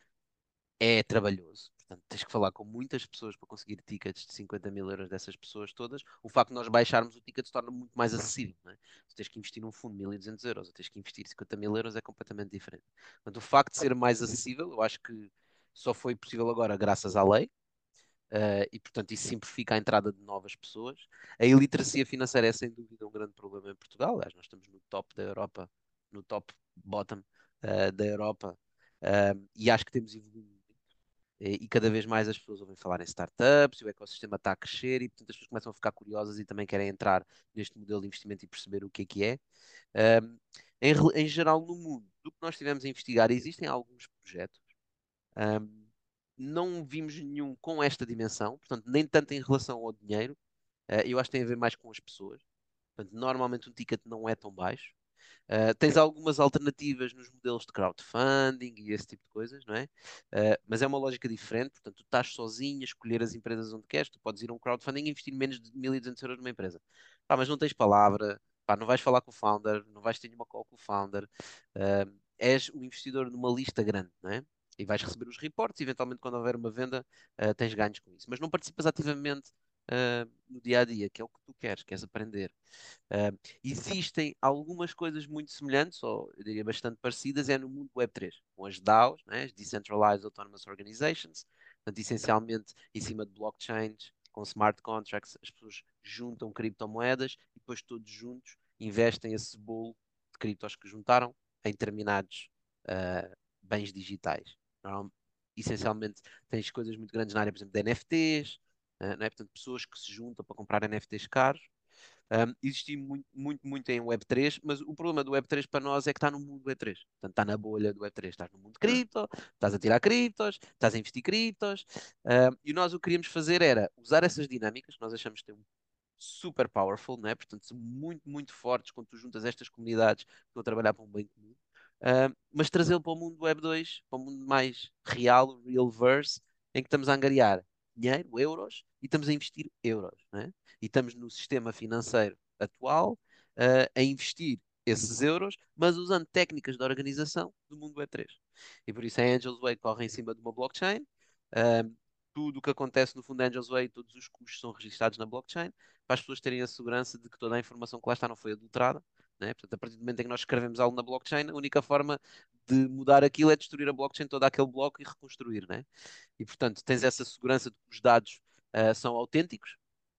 é trabalhoso. Portanto, tens que falar com muitas pessoas para conseguir tickets de cinquenta mil euros dessas pessoas todas. O facto de nós baixarmos o ticket se torna muito mais acessível. Não é? Tu tens que investir num fundo mil e duzentos euros, ou tens que investir cinquenta mil euros é completamente diferente. Portanto, o facto de ser mais acessível, eu acho que só foi possível agora graças à lei. Uh, e, portanto, isso simplifica a entrada de novas pessoas. A iliteracia financeira é, sem dúvida, um grande problema em Portugal. Aliás, nós estamos no top da Europa, no top bottom uh, da Europa, uh, e acho que temos evoluído muito. E, e cada vez mais as pessoas ouvem falar em startups, e o ecossistema está a crescer, e, portanto, as pessoas começam a ficar curiosas e também querem entrar neste modelo de investimento e perceber o que é que é. Um, em, em geral, no mundo, do que nós estivemos a investigar, existem alguns projetos. Um, não vimos nenhum com esta dimensão, portanto, nem tanto em relação ao dinheiro. Uh, eu acho que tem a ver mais com as pessoas. Portanto, normalmente um ticket não é tão baixo. Uh, tens algumas alternativas nos modelos de crowdfunding e esse tipo de coisas, não é? Uh, mas é uma lógica diferente. Portanto, tu estás sozinho a escolher as empresas onde queres. Tu podes ir a um crowdfunding e investir menos de mil e duzentos euros numa empresa. Pá, mas não tens palavra, pá, não vais falar com o founder, não vais ter nenhuma call com o founder. Uh, és um investidor numa lista grande, não é? E vais receber os reportes, e eventualmente, quando houver uma venda, uh, tens ganhos com isso. Mas não participas ativamente uh, no dia a dia, que é o que tu queres, queres aprender. Uh, existem algumas coisas muito semelhantes, ou eu diria bastante parecidas, é no mundo web três, com as DAOs, né, as Decentralized Autonomous Organizations, portanto, essencialmente em cima de blockchains, com smart contracts, as pessoas juntam criptomoedas e depois todos juntos investem esse bolo de criptos que juntaram em determinados uh, bens digitais. Normal- essencialmente tens coisas muito grandes na área, por exemplo, de N F Ts, uh, não é? Portanto, pessoas que se juntam para comprar N F Ts caros. Um, existe muito, muito, muito em web três, mas o problema do web três para nós é que está no mundo web três. Portanto, está na bolha do web três. Estás no mundo de cripto, estás a tirar criptos, estás a investir criptos. Um, e nós o que queríamos fazer era usar essas dinâmicas, que nós achamos que tem um super powerful, né? Portanto, são muito, muito fortes quando tu juntas estas comunidades que estão a trabalhar para um bem comum. Uh, mas trazê-lo para o mundo web dois, para o mundo mais real, o real-verse, em que estamos a angariar dinheiro, euros, e estamos a investir euros, né? E estamos no sistema financeiro atual uh, a investir esses euros, mas usando técnicas de organização do mundo web três. E por isso a Angels Way corre em cima de uma blockchain. Uh, tudo o que acontece no fundo da Angels Way, todos os custos são registados na blockchain, para as pessoas terem a segurança de que toda a informação que lá está não foi adulterada, né? Portanto, a partir do momento em que nós escrevemos algo na blockchain, a única forma de mudar aquilo é destruir a blockchain, todo aquele bloco e reconstruir, né? E, portanto, tens essa segurança de que os dados uh, são autênticos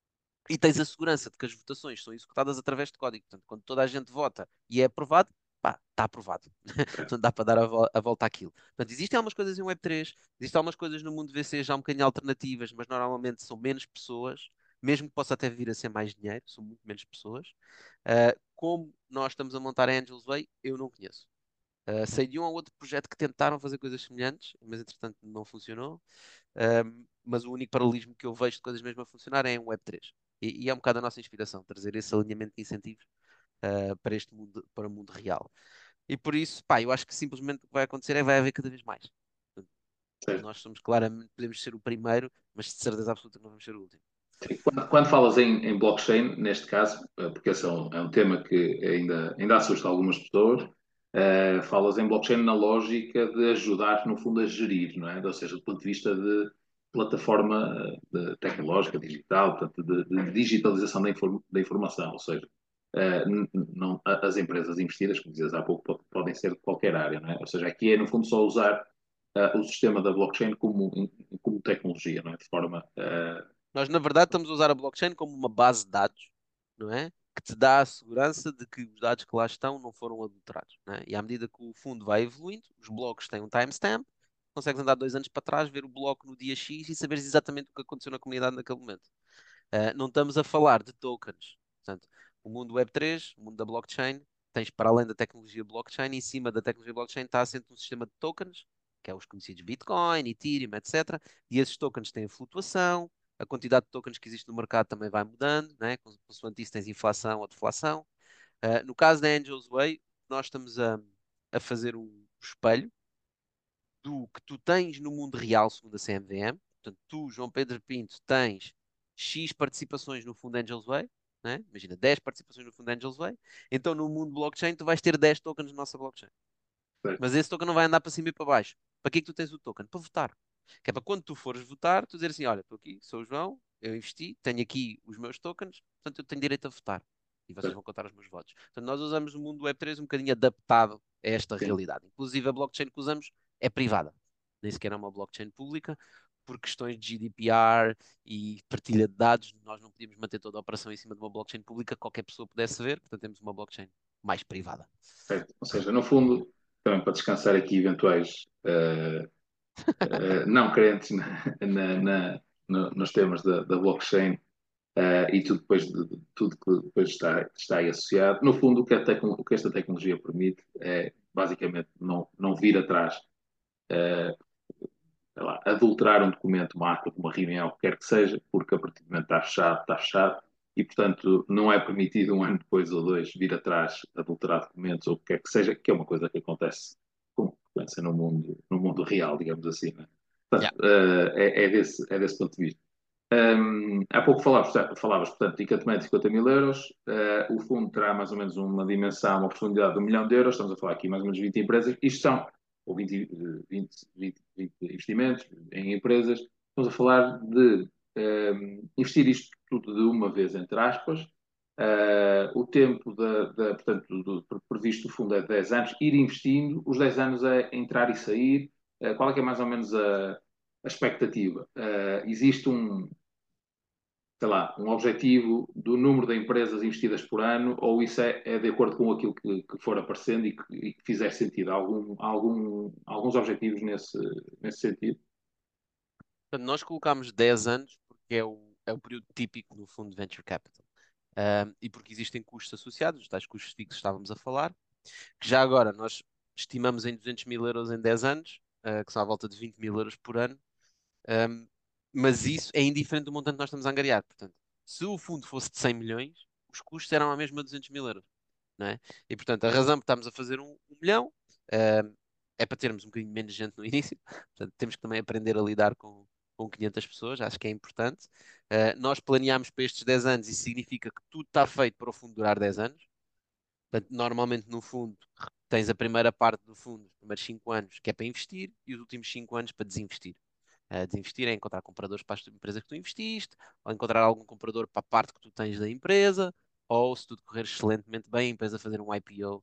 e tens a segurança de que as votações são executadas através de código. Portanto, quando toda a gente vota e é aprovado, pá, está aprovado. Portanto, dá para dar a, vo a volta àquilo. Portanto, existem algumas coisas em web três, existem algumas coisas no mundo V C já um bocadinho alternativas, mas normalmente são menos pessoas, mesmo que possa até vir a ser mais dinheiro, são muito menos pessoas. Uh, como nós estamos a montar a Angels Way, eu não conheço. Uh, sei de um ou outro projeto que tentaram fazer coisas semelhantes, mas entretanto não funcionou. Um, mas o único paralelismo que eu vejo de coisas mesmo a funcionar é em web três. E, e é um bocado a nossa inspiração, trazer esse alinhamento de incentivos uh, para este mundo, para o mundo real. E por isso, pá, eu acho que simplesmente o que vai acontecer é que vai haver cada vez mais. Portanto, Certo. nós somos claramente, podemos ser o primeiro, mas de certeza absoluta que não vamos ser o último. Quando, quando falas em, em blockchain, neste caso, eh, porque esse é um, é um tema que ainda, ainda assusta algumas pessoas, eh, falas em blockchain na lógica de ajudar, no fundo, a gerir, não é? Ou seja, do ponto de vista de plataforma eh, de- tecnológica, digital, portanto, de, de digitalização da, inform- da informação. Ou seja, eh, n- não, a- as empresas investidas, como dizias há pouco, po- podem ser de qualquer área, não é? Ou seja, aqui é, no fundo, só usar eh, o sistema da blockchain como, como tecnologia, não é? De forma. eh, Nós, na verdade, estamos a usar a blockchain como uma base de dados, não é? Que te dá a segurança de que os dados que lá estão não foram adulterados, não é? E à medida que o fundo vai evoluindo, os blocos têm um timestamp, consegues andar dois anos para trás, ver o bloco no dia X e saberes exatamente o que aconteceu na comunidade naquele momento. Uh, não estamos a falar de tokens. Portanto, o mundo web três, o mundo da blockchain, tens para além da tecnologia blockchain, em cima da tecnologia blockchain está assente um sistema de tokens, que é os conhecidos Bitcoin, Ethereum, etcétera. E esses tokens têm flutuação, a quantidade de tokens que existe no mercado também vai mudando, né? Consoante isso tens inflação ou deflação. Uh, no caso da Angels Way, nós estamos a, a fazer um espelho do que tu tens no mundo real, segundo a C M V M. Portanto, tu, João Pedro Pinto, tens X participações no fundo Angels Way, né? Imagina, dez participações no fundo Angels Way. Então, no mundo blockchain, tu vais ter dez tokens na nossa blockchain. Mas esse token não vai andar para cima e para baixo. Para que é que tu tens o token? Para votar. Que é para quando tu fores votar, tu dizer assim: olha, estou aqui, sou o João, eu investi, tenho aqui os meus tokens, portanto eu tenho direito a votar. E vocês vão contar os meus votos. Portanto, nós usamos o mundo web três um bocadinho adaptado a esta sim. realidade. Inclusive, a blockchain que usamos é privada. Nem sequer é uma blockchain pública. Por questões de G D P R e partilha de dados, nós não podíamos manter toda a operação em cima de uma blockchain pública que qualquer pessoa pudesse ver. Portanto, temos uma blockchain mais privada. Certo. Ou seja, no fundo, também para descansar aqui eventuais uh, uh, não crentes na, na, na, no, nos temas da, da blockchain uh, e tudo, depois de, de, tudo que depois está, está aí associado, no fundo, o que, a tecno, o que esta tecnologia permite é basicamente não, não vir atrás, uh, sei lá, adulterar um documento, uma ata, uma reunião, o que quer que seja, porque a partir do momento está fechado, está fechado. E, portanto, não é permitido um ano depois ou dois vir atrás, adulterar documentos ou o que quer que seja, que é uma coisa que acontece com frequência no mundo, no mundo real, digamos assim. Né? Yeah. Portanto, uh, é, é, desse, é desse ponto de vista. Um, há pouco falavas, falavas portanto, de cinquenta, cinquenta mil euros. Uh, o fundo terá mais ou menos uma dimensão, uma profundidade de um milhão de euros. Estamos a falar aqui mais ou menos vinte empresas. Isto são, ou vinte, vinte, vinte, vinte investimentos em empresas. Estamos a falar de um, investir isto tudo de uma vez, entre aspas. Uh, o tempo da, da, portanto, do, do previsto do fundo é de dez anos, ir investindo, os dez anos é entrar e sair. Uh, qual é que é mais ou menos a, a expectativa? Uh, existe um, sei lá, um objetivo do número de empresas investidas por ano, ou isso é, é de acordo com aquilo que, que for aparecendo e que, e que fizer sentido? Algum, algum, alguns objetivos nesse, nesse sentido? Portanto, nós colocámos dez anos porque é o, é o período típico do fundo de Venture Capital. Um, e porque existem custos associados, os tais custos fixos que estávamos a falar, que já agora nós estimamos em duzentos mil euros em dez anos, uh, que são à volta de vinte mil euros por ano. Um, mas isso é indiferente do montante que nós estamos a angariar. Portanto, se o fundo fosse de cem milhões, os custos eram a mesma duzentos mil euros. Não é? E portanto, a razão por estarmos a fazer um, um milhão um, é para termos um bocadinho menos gente no início. Portanto, temos que também aprender a lidar com, com quinhentas pessoas, acho que é importante. Uh, nós planeámos para estes dez anos, isso significa que tudo está feito para o fundo durar dez anos. Portanto, normalmente no fundo tens a primeira parte do fundo, os primeiros cinco anos, que é para investir, e os últimos cinco anos para desinvestir. Uh, desinvestir é encontrar compradores para a empresa que tu investiste, ou encontrar algum comprador para a parte que tu tens da empresa, ou se tudo correr excelentemente bem, a empresa fazer um I P O uh,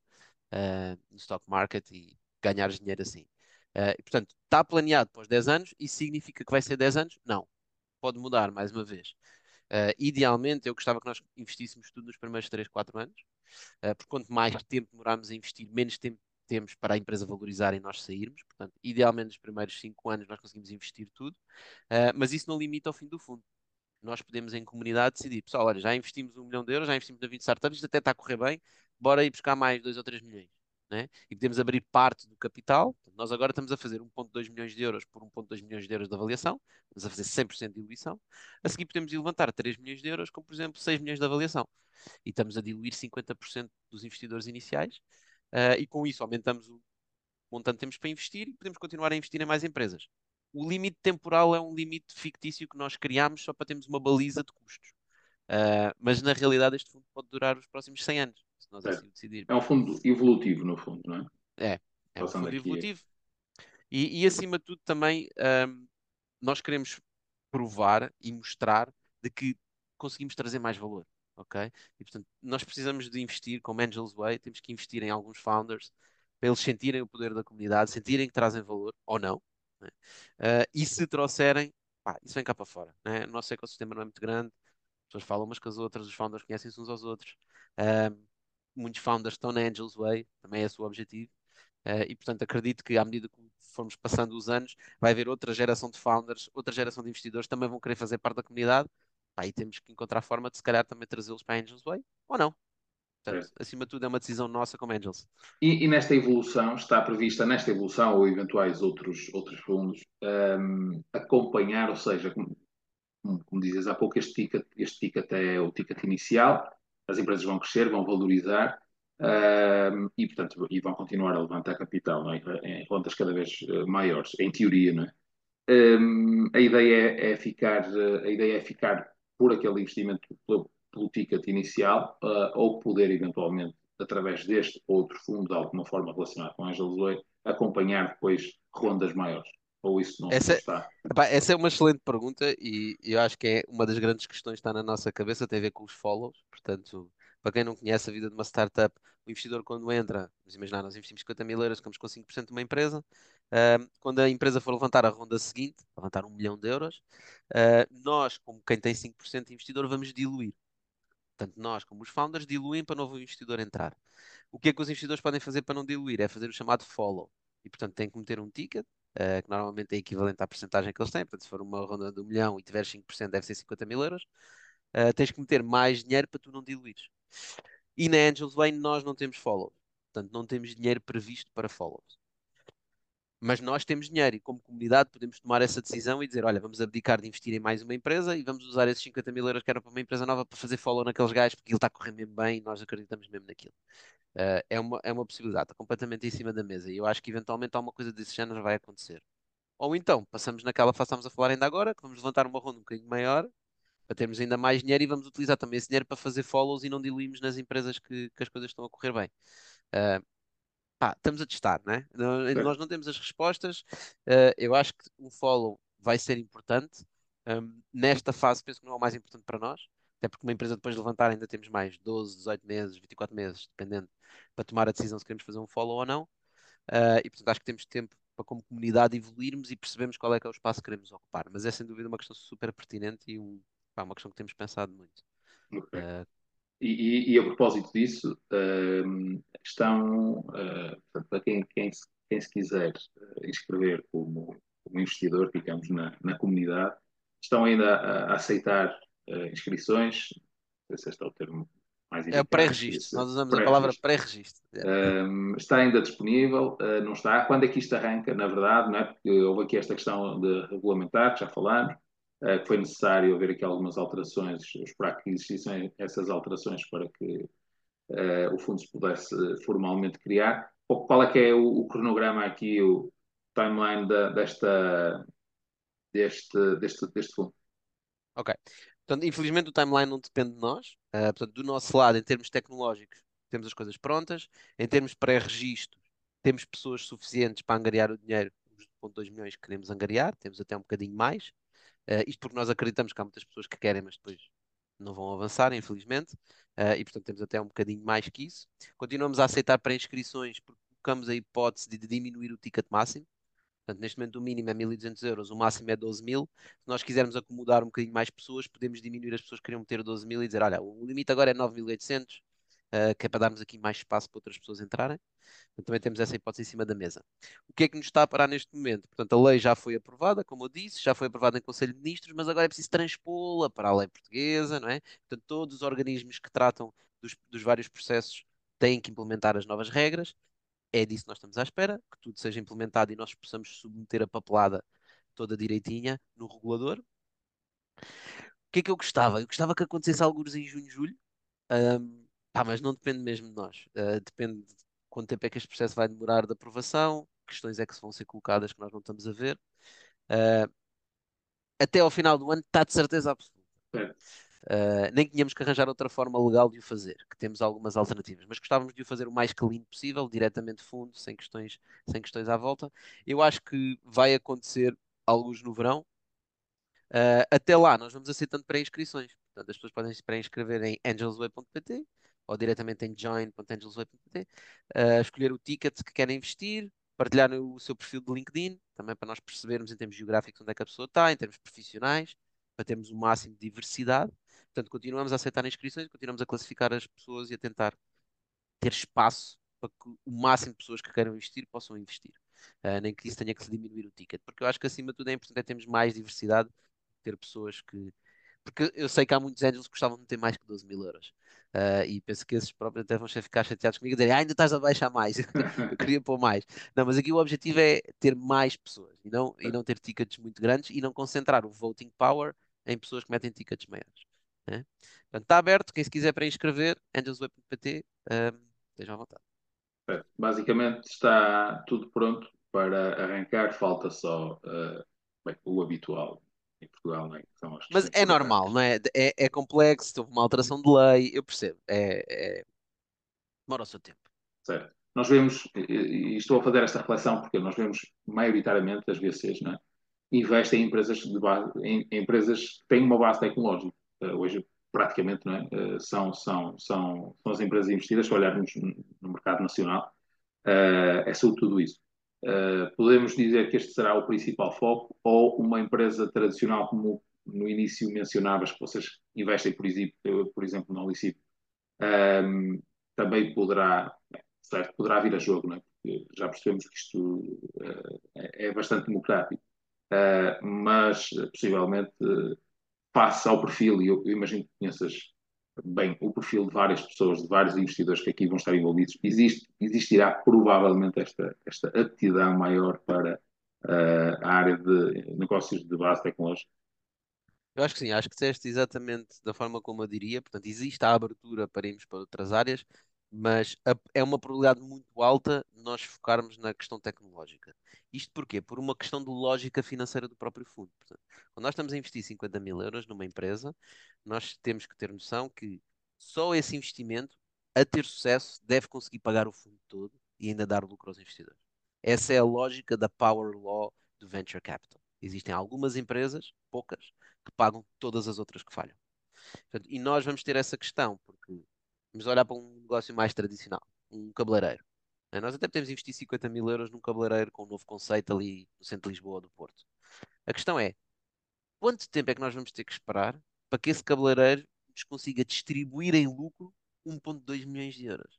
no stock market e ganhar dinheiro assim. Uh, e, portanto, está planeado para os dez anos, isso significa que vai ser dez anos? Não. Pode mudar mais uma vez. Uh, idealmente, eu gostava que nós investíssemos tudo nos primeiros três, quatro anos, uh, porque quanto mais tempo demorarmos a investir, menos tempo temos para a empresa valorizar e nós sairmos. Portanto, idealmente, nos primeiros cinco anos nós conseguimos investir tudo, uh, mas isso não limita ao fim do fundo. Nós podemos, em comunidade, decidir, pessoal, olha, já investimos um milhão de euros, já investimos na vinte startups, isto até está a correr bem, bora ir buscar mais dois ou três milhões. Né? E podemos abrir parte do capital. Nós agora estamos a fazer um vírgula dois milhões de euros por um vírgula dois milhões de euros de avaliação, estamos a fazer cem por cento de diluição. A seguir podemos ir levantar três milhões de euros, como por exemplo seis milhões de avaliação. E estamos a diluir cinquenta por cento dos investidores iniciais, uh, e com isso aumentamos o montante que temos para investir e podemos continuar a investir em mais empresas. O limite temporal é um limite fictício que nós criamos só para termos uma baliza de custos. Uh, mas na realidade este fundo pode durar os próximos cem anos, se nós Certo. assim o É um decidirmos. fundo evolutivo, no fundo, não é? É, é um Passando fundo aqui. evolutivo e, e acima de tudo também um, nós queremos provar e mostrar de que conseguimos trazer mais valor, ok? E portanto nós precisamos de investir, como Angels Way, temos que investir em alguns founders para eles sentirem o poder da comunidade, sentirem que trazem valor ou não, né? Uh, e se trouxerem, pá, isso vem cá para fora, né? O nosso ecossistema não é muito grande, as pessoas falam umas com as outras, os founders conhecem-se uns aos outros. Um, muitos founders estão na Angels Way, também é esse o objetivo. Uh, e portanto acredito que à medida que formos passando os anos, vai haver outra geração de founders, outra geração de investidores que também vão querer fazer parte da comunidade. Aí temos que encontrar a forma de se calhar também trazê-los para a Angels Way, ou não. Portanto, Certo. acima de tudo é uma decisão nossa como Angels. E, e nesta evolução, está prevista nesta evolução ou eventuais outros, outros fundos, um, acompanhar, ou seja, como, como dizes há pouco, este ticket, este ticket é o ticket inicial, as empresas vão crescer, vão valorizar, um, e, portanto, e vão continuar a levantar capital, não é? Em contas cada vez eh, maiores, em teoria, não é? Um, a ideia é, é ficar, a ideia é ficar por aquele investimento pelo, pelo ticket inicial, uh, ou poder eventualmente, através deste outro fundo, de alguma forma relacionado com a Angel Way, acompanhar depois rondas maiores. Ou isso não, não Essa, é- está. epá, essa é uma excelente pergunta e eu acho que é uma das grandes questões que está na nossa cabeça, tem a ver com os follows. Portanto, para quem não conhece a vida de uma startup, o investidor quando entra, vamos imaginar, nós investimos cinquenta mil euros, ficamos com cinco por cento de uma empresa. Ahm, quando a empresa for levantar a ronda seguinte, levantar um milhão de euros, ah, nós, como quem tem cinco por cento de investidor, vamos diluir. Portanto, nós, como os founders, diluem para o novo investidor entrar. O que é que os investidores podem fazer para não diluir? É fazer o chamado follow. E, portanto, têm que meter um ticket, eh, que normalmente é equivalente à porcentagem que eles têm. Portanto, se for uma ronda de um milhão e tiveres cinco por cento, deve ser cinquenta mil euros. Eh, tens que meter mais dinheiro para tu não diluires. E na Angels Way nós não temos follows. Portanto, não temos dinheiro previsto para follows. Mas nós temos dinheiro e, como comunidade, podemos tomar essa decisão e dizer: olha, vamos abdicar de investir em mais uma empresa e vamos usar esses cinquenta mil euros que eram para uma empresa nova para fazer follow naqueles gajos, porque ele está a correr mesmo bem e nós acreditamos mesmo naquilo. Uh, é uma, é uma possibilidade, está completamente em cima da mesa. E eu acho que eventualmente alguma coisa desse género vai acontecer. Ou então, passamos naquela fase que estamos a falar ainda agora, que vamos levantar uma ronda um bocadinho maior, para termos ainda mais dinheiro e vamos utilizar também esse dinheiro para fazer follows e não diluímos nas empresas que, que as coisas estão a correr bem. Uh, pá, estamos a testar, né? Nó- Certo? Nós não temos as respostas. Uh, eu acho que um follow vai ser importante. Um, nesta fase, penso que não é o mais importante para nós, até porque uma empresa depois de levantar ainda temos mais doze, dezoito meses, vinte e quatro meses, dependendo, para tomar a decisão se queremos fazer um follow ou não. Uh, e portanto acho que temos tempo para, como comunidade, evoluirmos e percebermos qual é que é o espaço que queremos ocupar. Mas é sem dúvida uma questão super pertinente e um, pá, uma questão que temos pensado muito. Ok. Uh, E, e- e a propósito disso, ehm, estão, eh, portanto, para quem, quem se, quem se quiser eh, inscrever como, como investidor, digamos, na, na comunidade, estão ainda a, a aceitar eh, inscrições, não sei se este é o termo mais é o indicado, pré-registro. esse Nós usamos a palavra pré-registro. pré-registro. Yeah. Um, está ainda disponível, uh, não está? Quando é que isto arranca, na verdade, não é? Porque houve aqui esta questão de regulamentar, que já falamos, uh, que foi necessário haver aqui algumas alterações, esperar que existissem essas alterações para que uh, o fundo se pudesse formalmente criar. Qual é que é o, o cronograma aqui, o timeline da, desta, deste, deste, deste fundo? Ok. Portanto, infelizmente o timeline não depende de nós. Uh, portanto, do nosso lado, em termos tecnológicos, temos as coisas prontas. Em termos pré-registro, temos pessoas suficientes para angariar o dinheiro, os um vírgula dois milhões que queremos angariar. Temos até um bocadinho mais. Uh, isto porque nós acreditamos que há muitas pessoas que querem, mas depois não vão avançar, infelizmente. Uh, e portanto temos até um bocadinho mais que isso. Continuamos a aceitar pré-inscrições porque colocamos a hipótese de diminuir o ticket máximo. Portanto, neste momento o mínimo é mil e duzentos euros, o máximo é doze mil. Se nós quisermos acomodar um bocadinho mais pessoas, podemos diminuir as pessoas que queriam ter doze mil e dizer, olha, o limite agora é nove mil e oitocentos, uh, que é para darmos aqui mais espaço para outras pessoas entrarem. Portanto, também temos essa hipótese em cima da mesa. O que é que nos está a parar neste momento? Portanto, a lei já foi aprovada, como eu disse, já foi aprovada em Conselho de Ministros, mas agora é preciso transpô-la para a lei portuguesa, não é? Portanto, todos os organismos que tratam dos, dos vários processos têm que implementar as novas regras. É disso que nós estamos à espera, que tudo seja implementado e nós possamos submeter a papelada toda direitinha no regulador. O que é que eu gostava? Eu gostava que acontecesse alguns em junho, julho. Ahm, pá, mas não depende mesmo de nós. Ah, depende de quanto tempo é que este processo vai demorar de aprovação, que questões é que se vão ser colocadas que nós não estamos a ver. Ah, até ao final do ano está de certeza absoluta. Certo. Uh, nem tínhamos que arranjar outra forma legal de o fazer, que temos algumas alternativas, mas gostávamos de o fazer o mais clean possível, diretamente de fundo, sem questões, sem questões à volta. Eu acho que vai acontecer alguns no verão. Uh, até lá, nós vamos aceitando pré-inscrições. Portanto, as pessoas podem se pré-inscrever em angelsway ponto pt ou diretamente em join ponto angelsway ponto pt, uh, escolher o ticket que querem investir, partilhar o seu perfil de LinkedIn, também para nós percebermos em termos geográficos onde é que a pessoa está, em termos profissionais, para termos o máximo de diversidade. Portanto, continuamos a aceitar inscrições, continuamos a classificar as pessoas e a tentar ter espaço para que o máximo de pessoas que queiram investir possam investir. Uh, nem que isso tenha que se diminuir o ticket, porque eu acho que acima de tudo é importante é termos mais diversidade, ter pessoas que. Porque eu sei que há muitos angels que gostavam de ter mais que doze mil euros. Uh, e penso que esses próprios até vão ficar chateados comigo e dizer, ah, ainda estás a baixar mais, eu queria pôr mais. Não, mas aqui o objetivo é ter mais pessoas e não, e não ter tickets muito grandes e não concentrar o voting power em pessoas que metem tickets maiores. Né? Portanto, está aberto, quem se quiser para inscrever, angelsweb ponto pt, um, estejam à vontade. Certo. Basicamente está tudo pronto para arrancar, falta só uh, bem, o habitual em Portugal, não é? Que são as Mas questões é normal, não burocráticas. é? É, é complexo, houve uma alteração de lei, eu percebo. É, é- demora o seu tempo. Certo. Nós vemos, e e estou a fazer esta reflexão porque nós vemos maioritariamente as V Cs, não é? Investem em empresas, de base, em, em empresas que têm uma base tecnológica. Uh, hoje, praticamente, não é? Uh, são, são, são, são as empresas investidas, se olharmos no, no mercado nacional, uh, é sobre tudo isso. Uh, podemos dizer que este será o principal foco ou uma empresa tradicional, como no início mencionavas, que vocês investem, por exemplo, por exemplo no Licip, um, também poderá, certo, poderá vir a jogo, não é? Porque já percebemos que isto uh, é bastante democrático, uh, mas uh, possivelmente uh, face ao perfil, e eu, eu imagino que conheças bem o perfil de várias pessoas, de vários investidores que aqui vão estar envolvidos, existe, existirá provavelmente esta, esta aptidão maior para uh, a área de negócios de base tecnológica. Eu acho que sim, acho que disseste exatamente da forma como eu diria. Portanto, existe a abertura para irmos para outras áreas, mas a- é uma probabilidade muito alta nós focarmos na questão tecnológica. Isto porquê? Por uma questão de lógica financeira do próprio fundo. Portanto, quando nós estamos a investir cinquenta mil euros numa empresa, nós temos que ter noção que só esse investimento, a ter sucesso, deve conseguir pagar o fundo todo e ainda dar lucro aos investidores. Essa é a lógica da Power Law do Venture Capital. Existem algumas empresas, poucas, que pagam todas as outras que falham. Portanto, e nós vamos ter essa questão, porque vamos olhar para um negócio mais tradicional, um cabeleireiro. Eh, Nós até podemos investir cinquenta mil euros num cabeleireiro com um novo conceito ali no centro de Lisboa ou do Porto. A questão é, quanto tempo é que nós vamos ter que esperar para que esse cabeleireiro nos consiga distribuir em lucro um vírgula dois milhões de euros?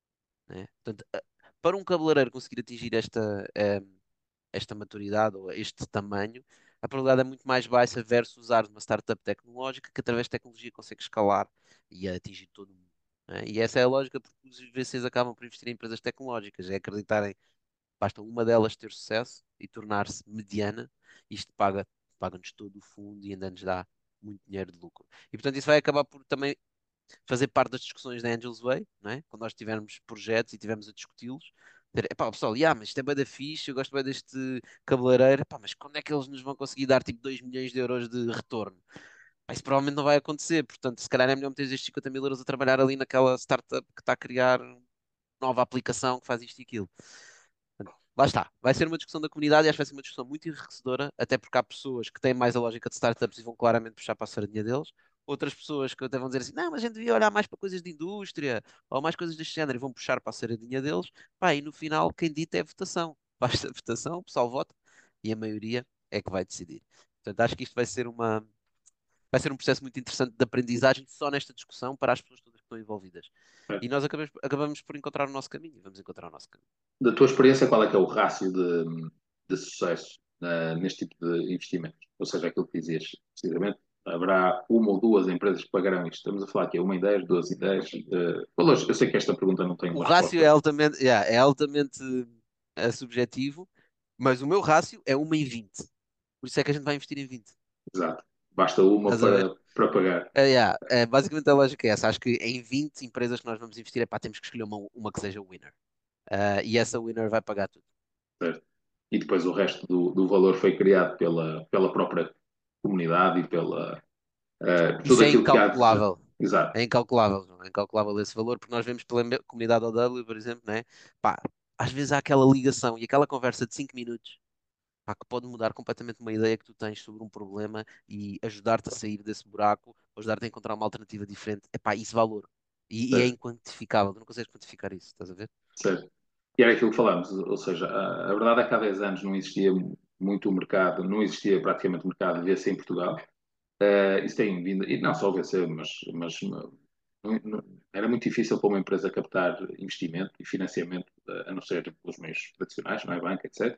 Né? Portanto, a- para um cabeleireiro conseguir atingir esta, eh, esta maturidade ou este tamanho, a probabilidade é muito mais baixa versus usar uma startup tecnológica que através de tecnologia consegue escalar e atingir todo mundo. Né? E essa é a lógica porque os V Cs acabam por investir em empresas tecnológicas, é acreditarem, basta uma delas ter sucesso e tornar-se mediana, isto paga, paga-nos todo o fundo e ainda nos dá muito dinheiro de lucro. E portanto isso vai acabar por também fazer parte das discussões da Angels Way, não é? Quando nós tivermos projetos e tivermos a discuti-los, dizer, epá, pessoal, yeah, mas isto é bué da fixe, eu gosto bem deste cabeleireiro, epá, mas quando é que eles nos vão conseguir dar tipo dois milhões de euros de retorno? Pá, isso provavelmente não vai acontecer, portanto, se calhar é melhor meter estes cinquenta mil euros a trabalhar ali naquela startup que está a criar nova aplicação que faz isto e aquilo. Portanto, lá está. Vai ser uma discussão da comunidade e acho que vai ser uma discussão muito enriquecedora, até porque há pessoas que têm mais a lógica de startups e vão claramente puxar para a sardinha deles. Outras pessoas que até vão dizer assim, não, mas a gente devia olhar mais para coisas de indústria ou mais coisas deste género e vão puxar para a sardinha deles. Pá, e no final, quem dita é a votação. Basta a votação, o pessoal vota e a maioria é que vai decidir. Portanto, acho que isto vai ser uma, vai ser um processo muito interessante de aprendizagem só nesta discussão para as pessoas todas que estão envolvidas. E nós acabamos, acabamos por encontrar o nosso caminho. Vamos encontrar o nosso caminho. Da tua experiência, qual é que é o rácio de, de sucesso uh, neste tipo de investimentos? Ou seja, aquilo que dizias, precisamente, haverá uma ou duas empresas que pagarão isto. Estamos a falar aqui, uma em dez, duas em dez. Uh, valores. Eu sei que esta pergunta não tem O uma rácio é resposta altamente, yeah, é altamente eh, subjetivo, mas o meu rácio é uma em vinte. Por isso é que a gente vai investir em vinte. exata. Basta uma Estás a ver? para, para pagar. É, yeah, é, basicamente a lógica é essa. Acho que em vinte empresas que nós vamos investir, epá, temos que escolher uma, uma que seja winner. Ah, e essa winner vai pagar tudo. Certo? E depois o resto do, do valor foi criado pela, pela própria comunidade e pela uh, tudo Isso é aquilo que há de. incalculável. Exato. É incalculável, não é? É incalculável esse valor, porque nós vemos pela me- comunidade O W, por exemplo, né? Pá, às vezes há aquela ligação e aquela conversa de cinco minutos, pá, que pode mudar completamente uma ideia que tu tens sobre um problema e ajudar-te a sair desse buraco, ajudar-te a encontrar uma alternativa diferente. É pá, isso valor. E, e é Certo. inquantificável, tu não consegues quantificar isso, estás a ver? Certo. E era aquilo que falámos, ou seja, a, a verdade é que há dez anos não existia muito o mercado, não existia praticamente o mercado de V C em Portugal. Uh, isso tem vindo, e não só o V C, mas, mas não- não- era muito difícil para uma empresa captar investimento e financiamento, uh, a não ser pelos meios tradicionais, não é? Banca, etcétera.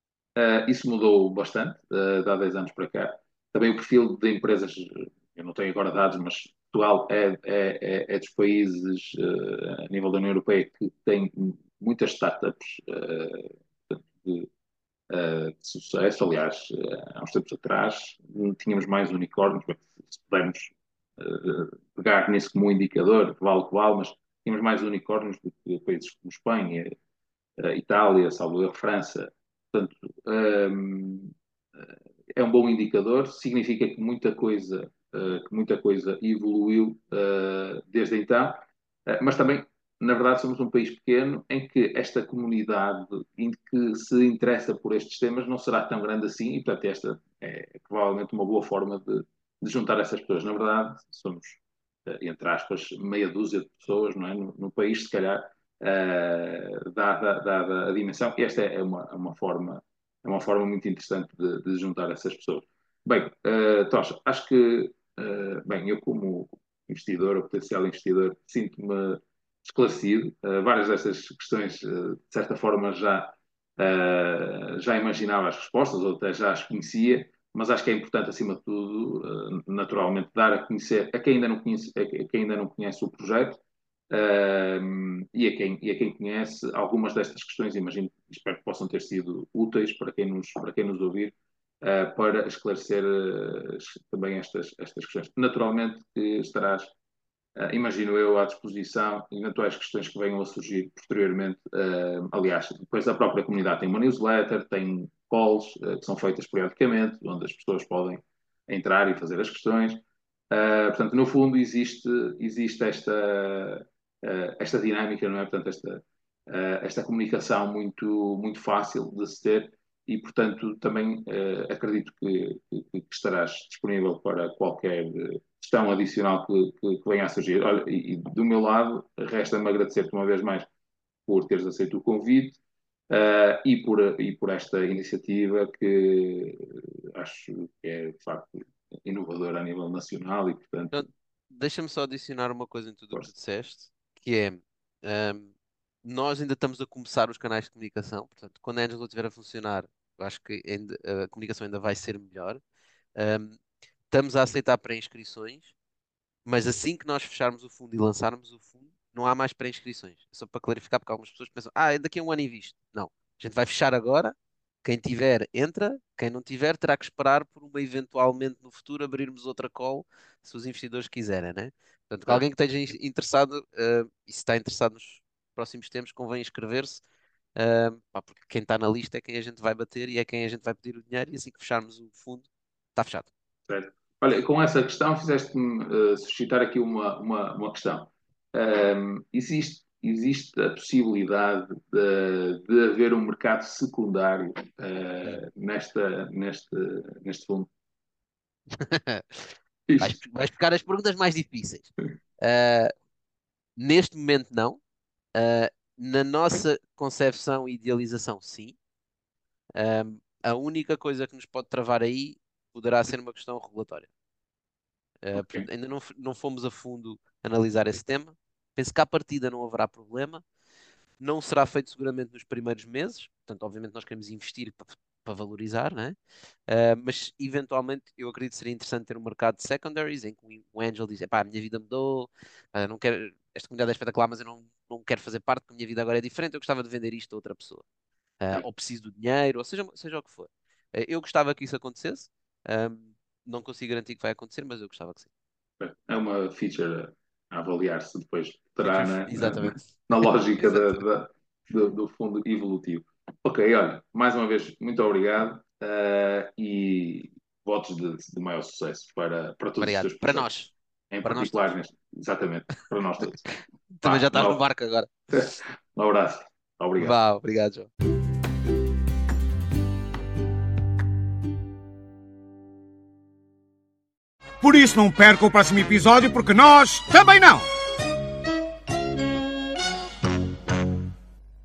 Uh, isso mudou bastante, uh, de há dez anos para cá. Também o perfil de empresas, eu não tenho agora dados, mas Portugal é, é, é, é dos países, uh, a nível da União Europeia, que tem muitas startups uh, de, uh, de sucesso. Aliás, uh, há uns tempos atrás tínhamos mais unicórnios, se pudermos uh, pegar nisso como um indicador, que vale o que vale, mas tínhamos mais unicórnios do que países como Espanha, uh, Itália, salvo erro, França. Portanto, um, é um bom indicador, significa que muita coisa, uh, que muita coisa evoluiu uh, desde então, uh, mas também, na verdade, somos um país pequeno em que esta comunidade em que se interessa por estes temas não será tão grande assim, e portanto esta é provavelmente uma boa forma de, de juntar essas pessoas. Na verdade, somos, uh, entre aspas, meia dúzia de pessoas, não é? No, no país, se calhar, uh, dada, dada a dimensão, esta é uma, é uma forma é uma forma muito interessante de, de juntar essas pessoas. Bem, uh, Tocha, acho que, uh, bem, eu como investidor, ou potencial investidor, sinto-me esclarecido. Uh, várias destas questões, uh, de certa forma, já, uh, já imaginava as respostas, ou até já as conhecia, mas acho que é importante, acima de tudo, uh, naturalmente, dar a conhecer a quem ainda não conhece, a quem ainda não conhece o projeto, um, e, a quem, e a quem conhece algumas destas questões, imagino, espero que possam ter sido úteis para quem nos, para quem nos ouvir, uh, para esclarecer uh, também estas, estas questões. Naturalmente que estarás, uh, imagino eu, à disposição, eventuais questões que venham a surgir posteriormente. Uh, aliás, depois a própria comunidade tem uma newsletter, tem calls uh, que são feitas periodicamente, onde as pessoas podem entrar e fazer as questões. Uh, portanto, no fundo, existe, existe esta, uh, esta dinâmica, não é? Portanto, esta, uh, esta comunicação muito, muito fácil de se ter. e, portanto, também uh, acredito que, que, que, estarás disponível para qualquer questão adicional que, que, que venha a surgir. Olha, e, e do meu lado, resta-me agradecer-te uma vez mais por teres aceito o convite uh, e, por, e por esta iniciativa que acho que é, de facto, inovadora a nível nacional e, portanto, Pronto, deixa-me só adicionar uma coisa em tudo o que tu força. disseste, que é, ahm, nós ainda estamos a começar os canais de comunicação, portanto, quando a Angelo estiver a funcionar, eu acho que ainda- a comunicação ainda vai ser melhor. Ahm, estamos a aceitar pré-inscrições, mas assim que nós fecharmos o fundo e lançarmos o fundo, não há mais pré-inscrições. É só para clarificar, porque algumas pessoas pensam, ah, é daqui a um ano invisto. Não. A gente vai fechar agora. Quem tiver, entra. Quem não tiver, terá que esperar por uma eventualmente no futuro abrirmos outra call, se os investidores quiserem, né? Portanto, que alguém que esteja in- interessado, eh, e se está interessado nos próximos tempos, convém inscrever-se, eh, pá, porque quem está na lista é quem a gente vai bater e é quem a gente vai pedir o dinheiro, e assim que fecharmos o fundo, está fechado. Certo. Olha, com essa questão fizeste-me uh, suscitar aqui uma, uma, uma questão. Um, existe, existe a possibilidade de, de haver um mercado secundário Sim. uh, nesta, neste, neste fundo? Vais, Isto. vais buscar as perguntas mais difíceis. Uh, neste momento, não. Uh, na nossa concepção e idealização, sim. Um, a única coisa que nos pode travar aí poderá ser uma questão regulatória. Uh, Ok, portanto, ainda não, f- não fomos a fundo analisar esse tema. Penso que à partida não haverá problema. Não será feito seguramente nos primeiros meses. Portanto, obviamente, nós queremos investir para para valorizar, né? Uh, mas eventualmente eu acredito que seria interessante ter um mercado de secondaries em que o Angel diz: pá, a minha vida mudou, uh, não quero, esta comunidade é espetacular, mas eu não, não quero fazer parte, porque a minha vida agora é diferente, eu gostava de vender isto a outra pessoa. Uh, ou preciso do dinheiro, ou seja, seja o que for. Uh, eu gostava que isso acontecesse, um, não consigo garantir que vai acontecer, mas eu gostava que sim. é uma feature a avaliar-se depois terá Feature, na, na, exatamente. na lógica da, Exato. da- do, do fundo evolutivo. Ok, olha, mais uma vez, muito obrigado uh, e votos de, de maior sucesso para, para todos os Obrigado. teus Para projetos, nós. em Para nós particular todos. neste, exatamente, para nós todos. Também já Vá, estás no um barco agora. um abraço, obrigado. Vá, obrigado, João. Por isso não perca o próximo episódio, porque nós também não!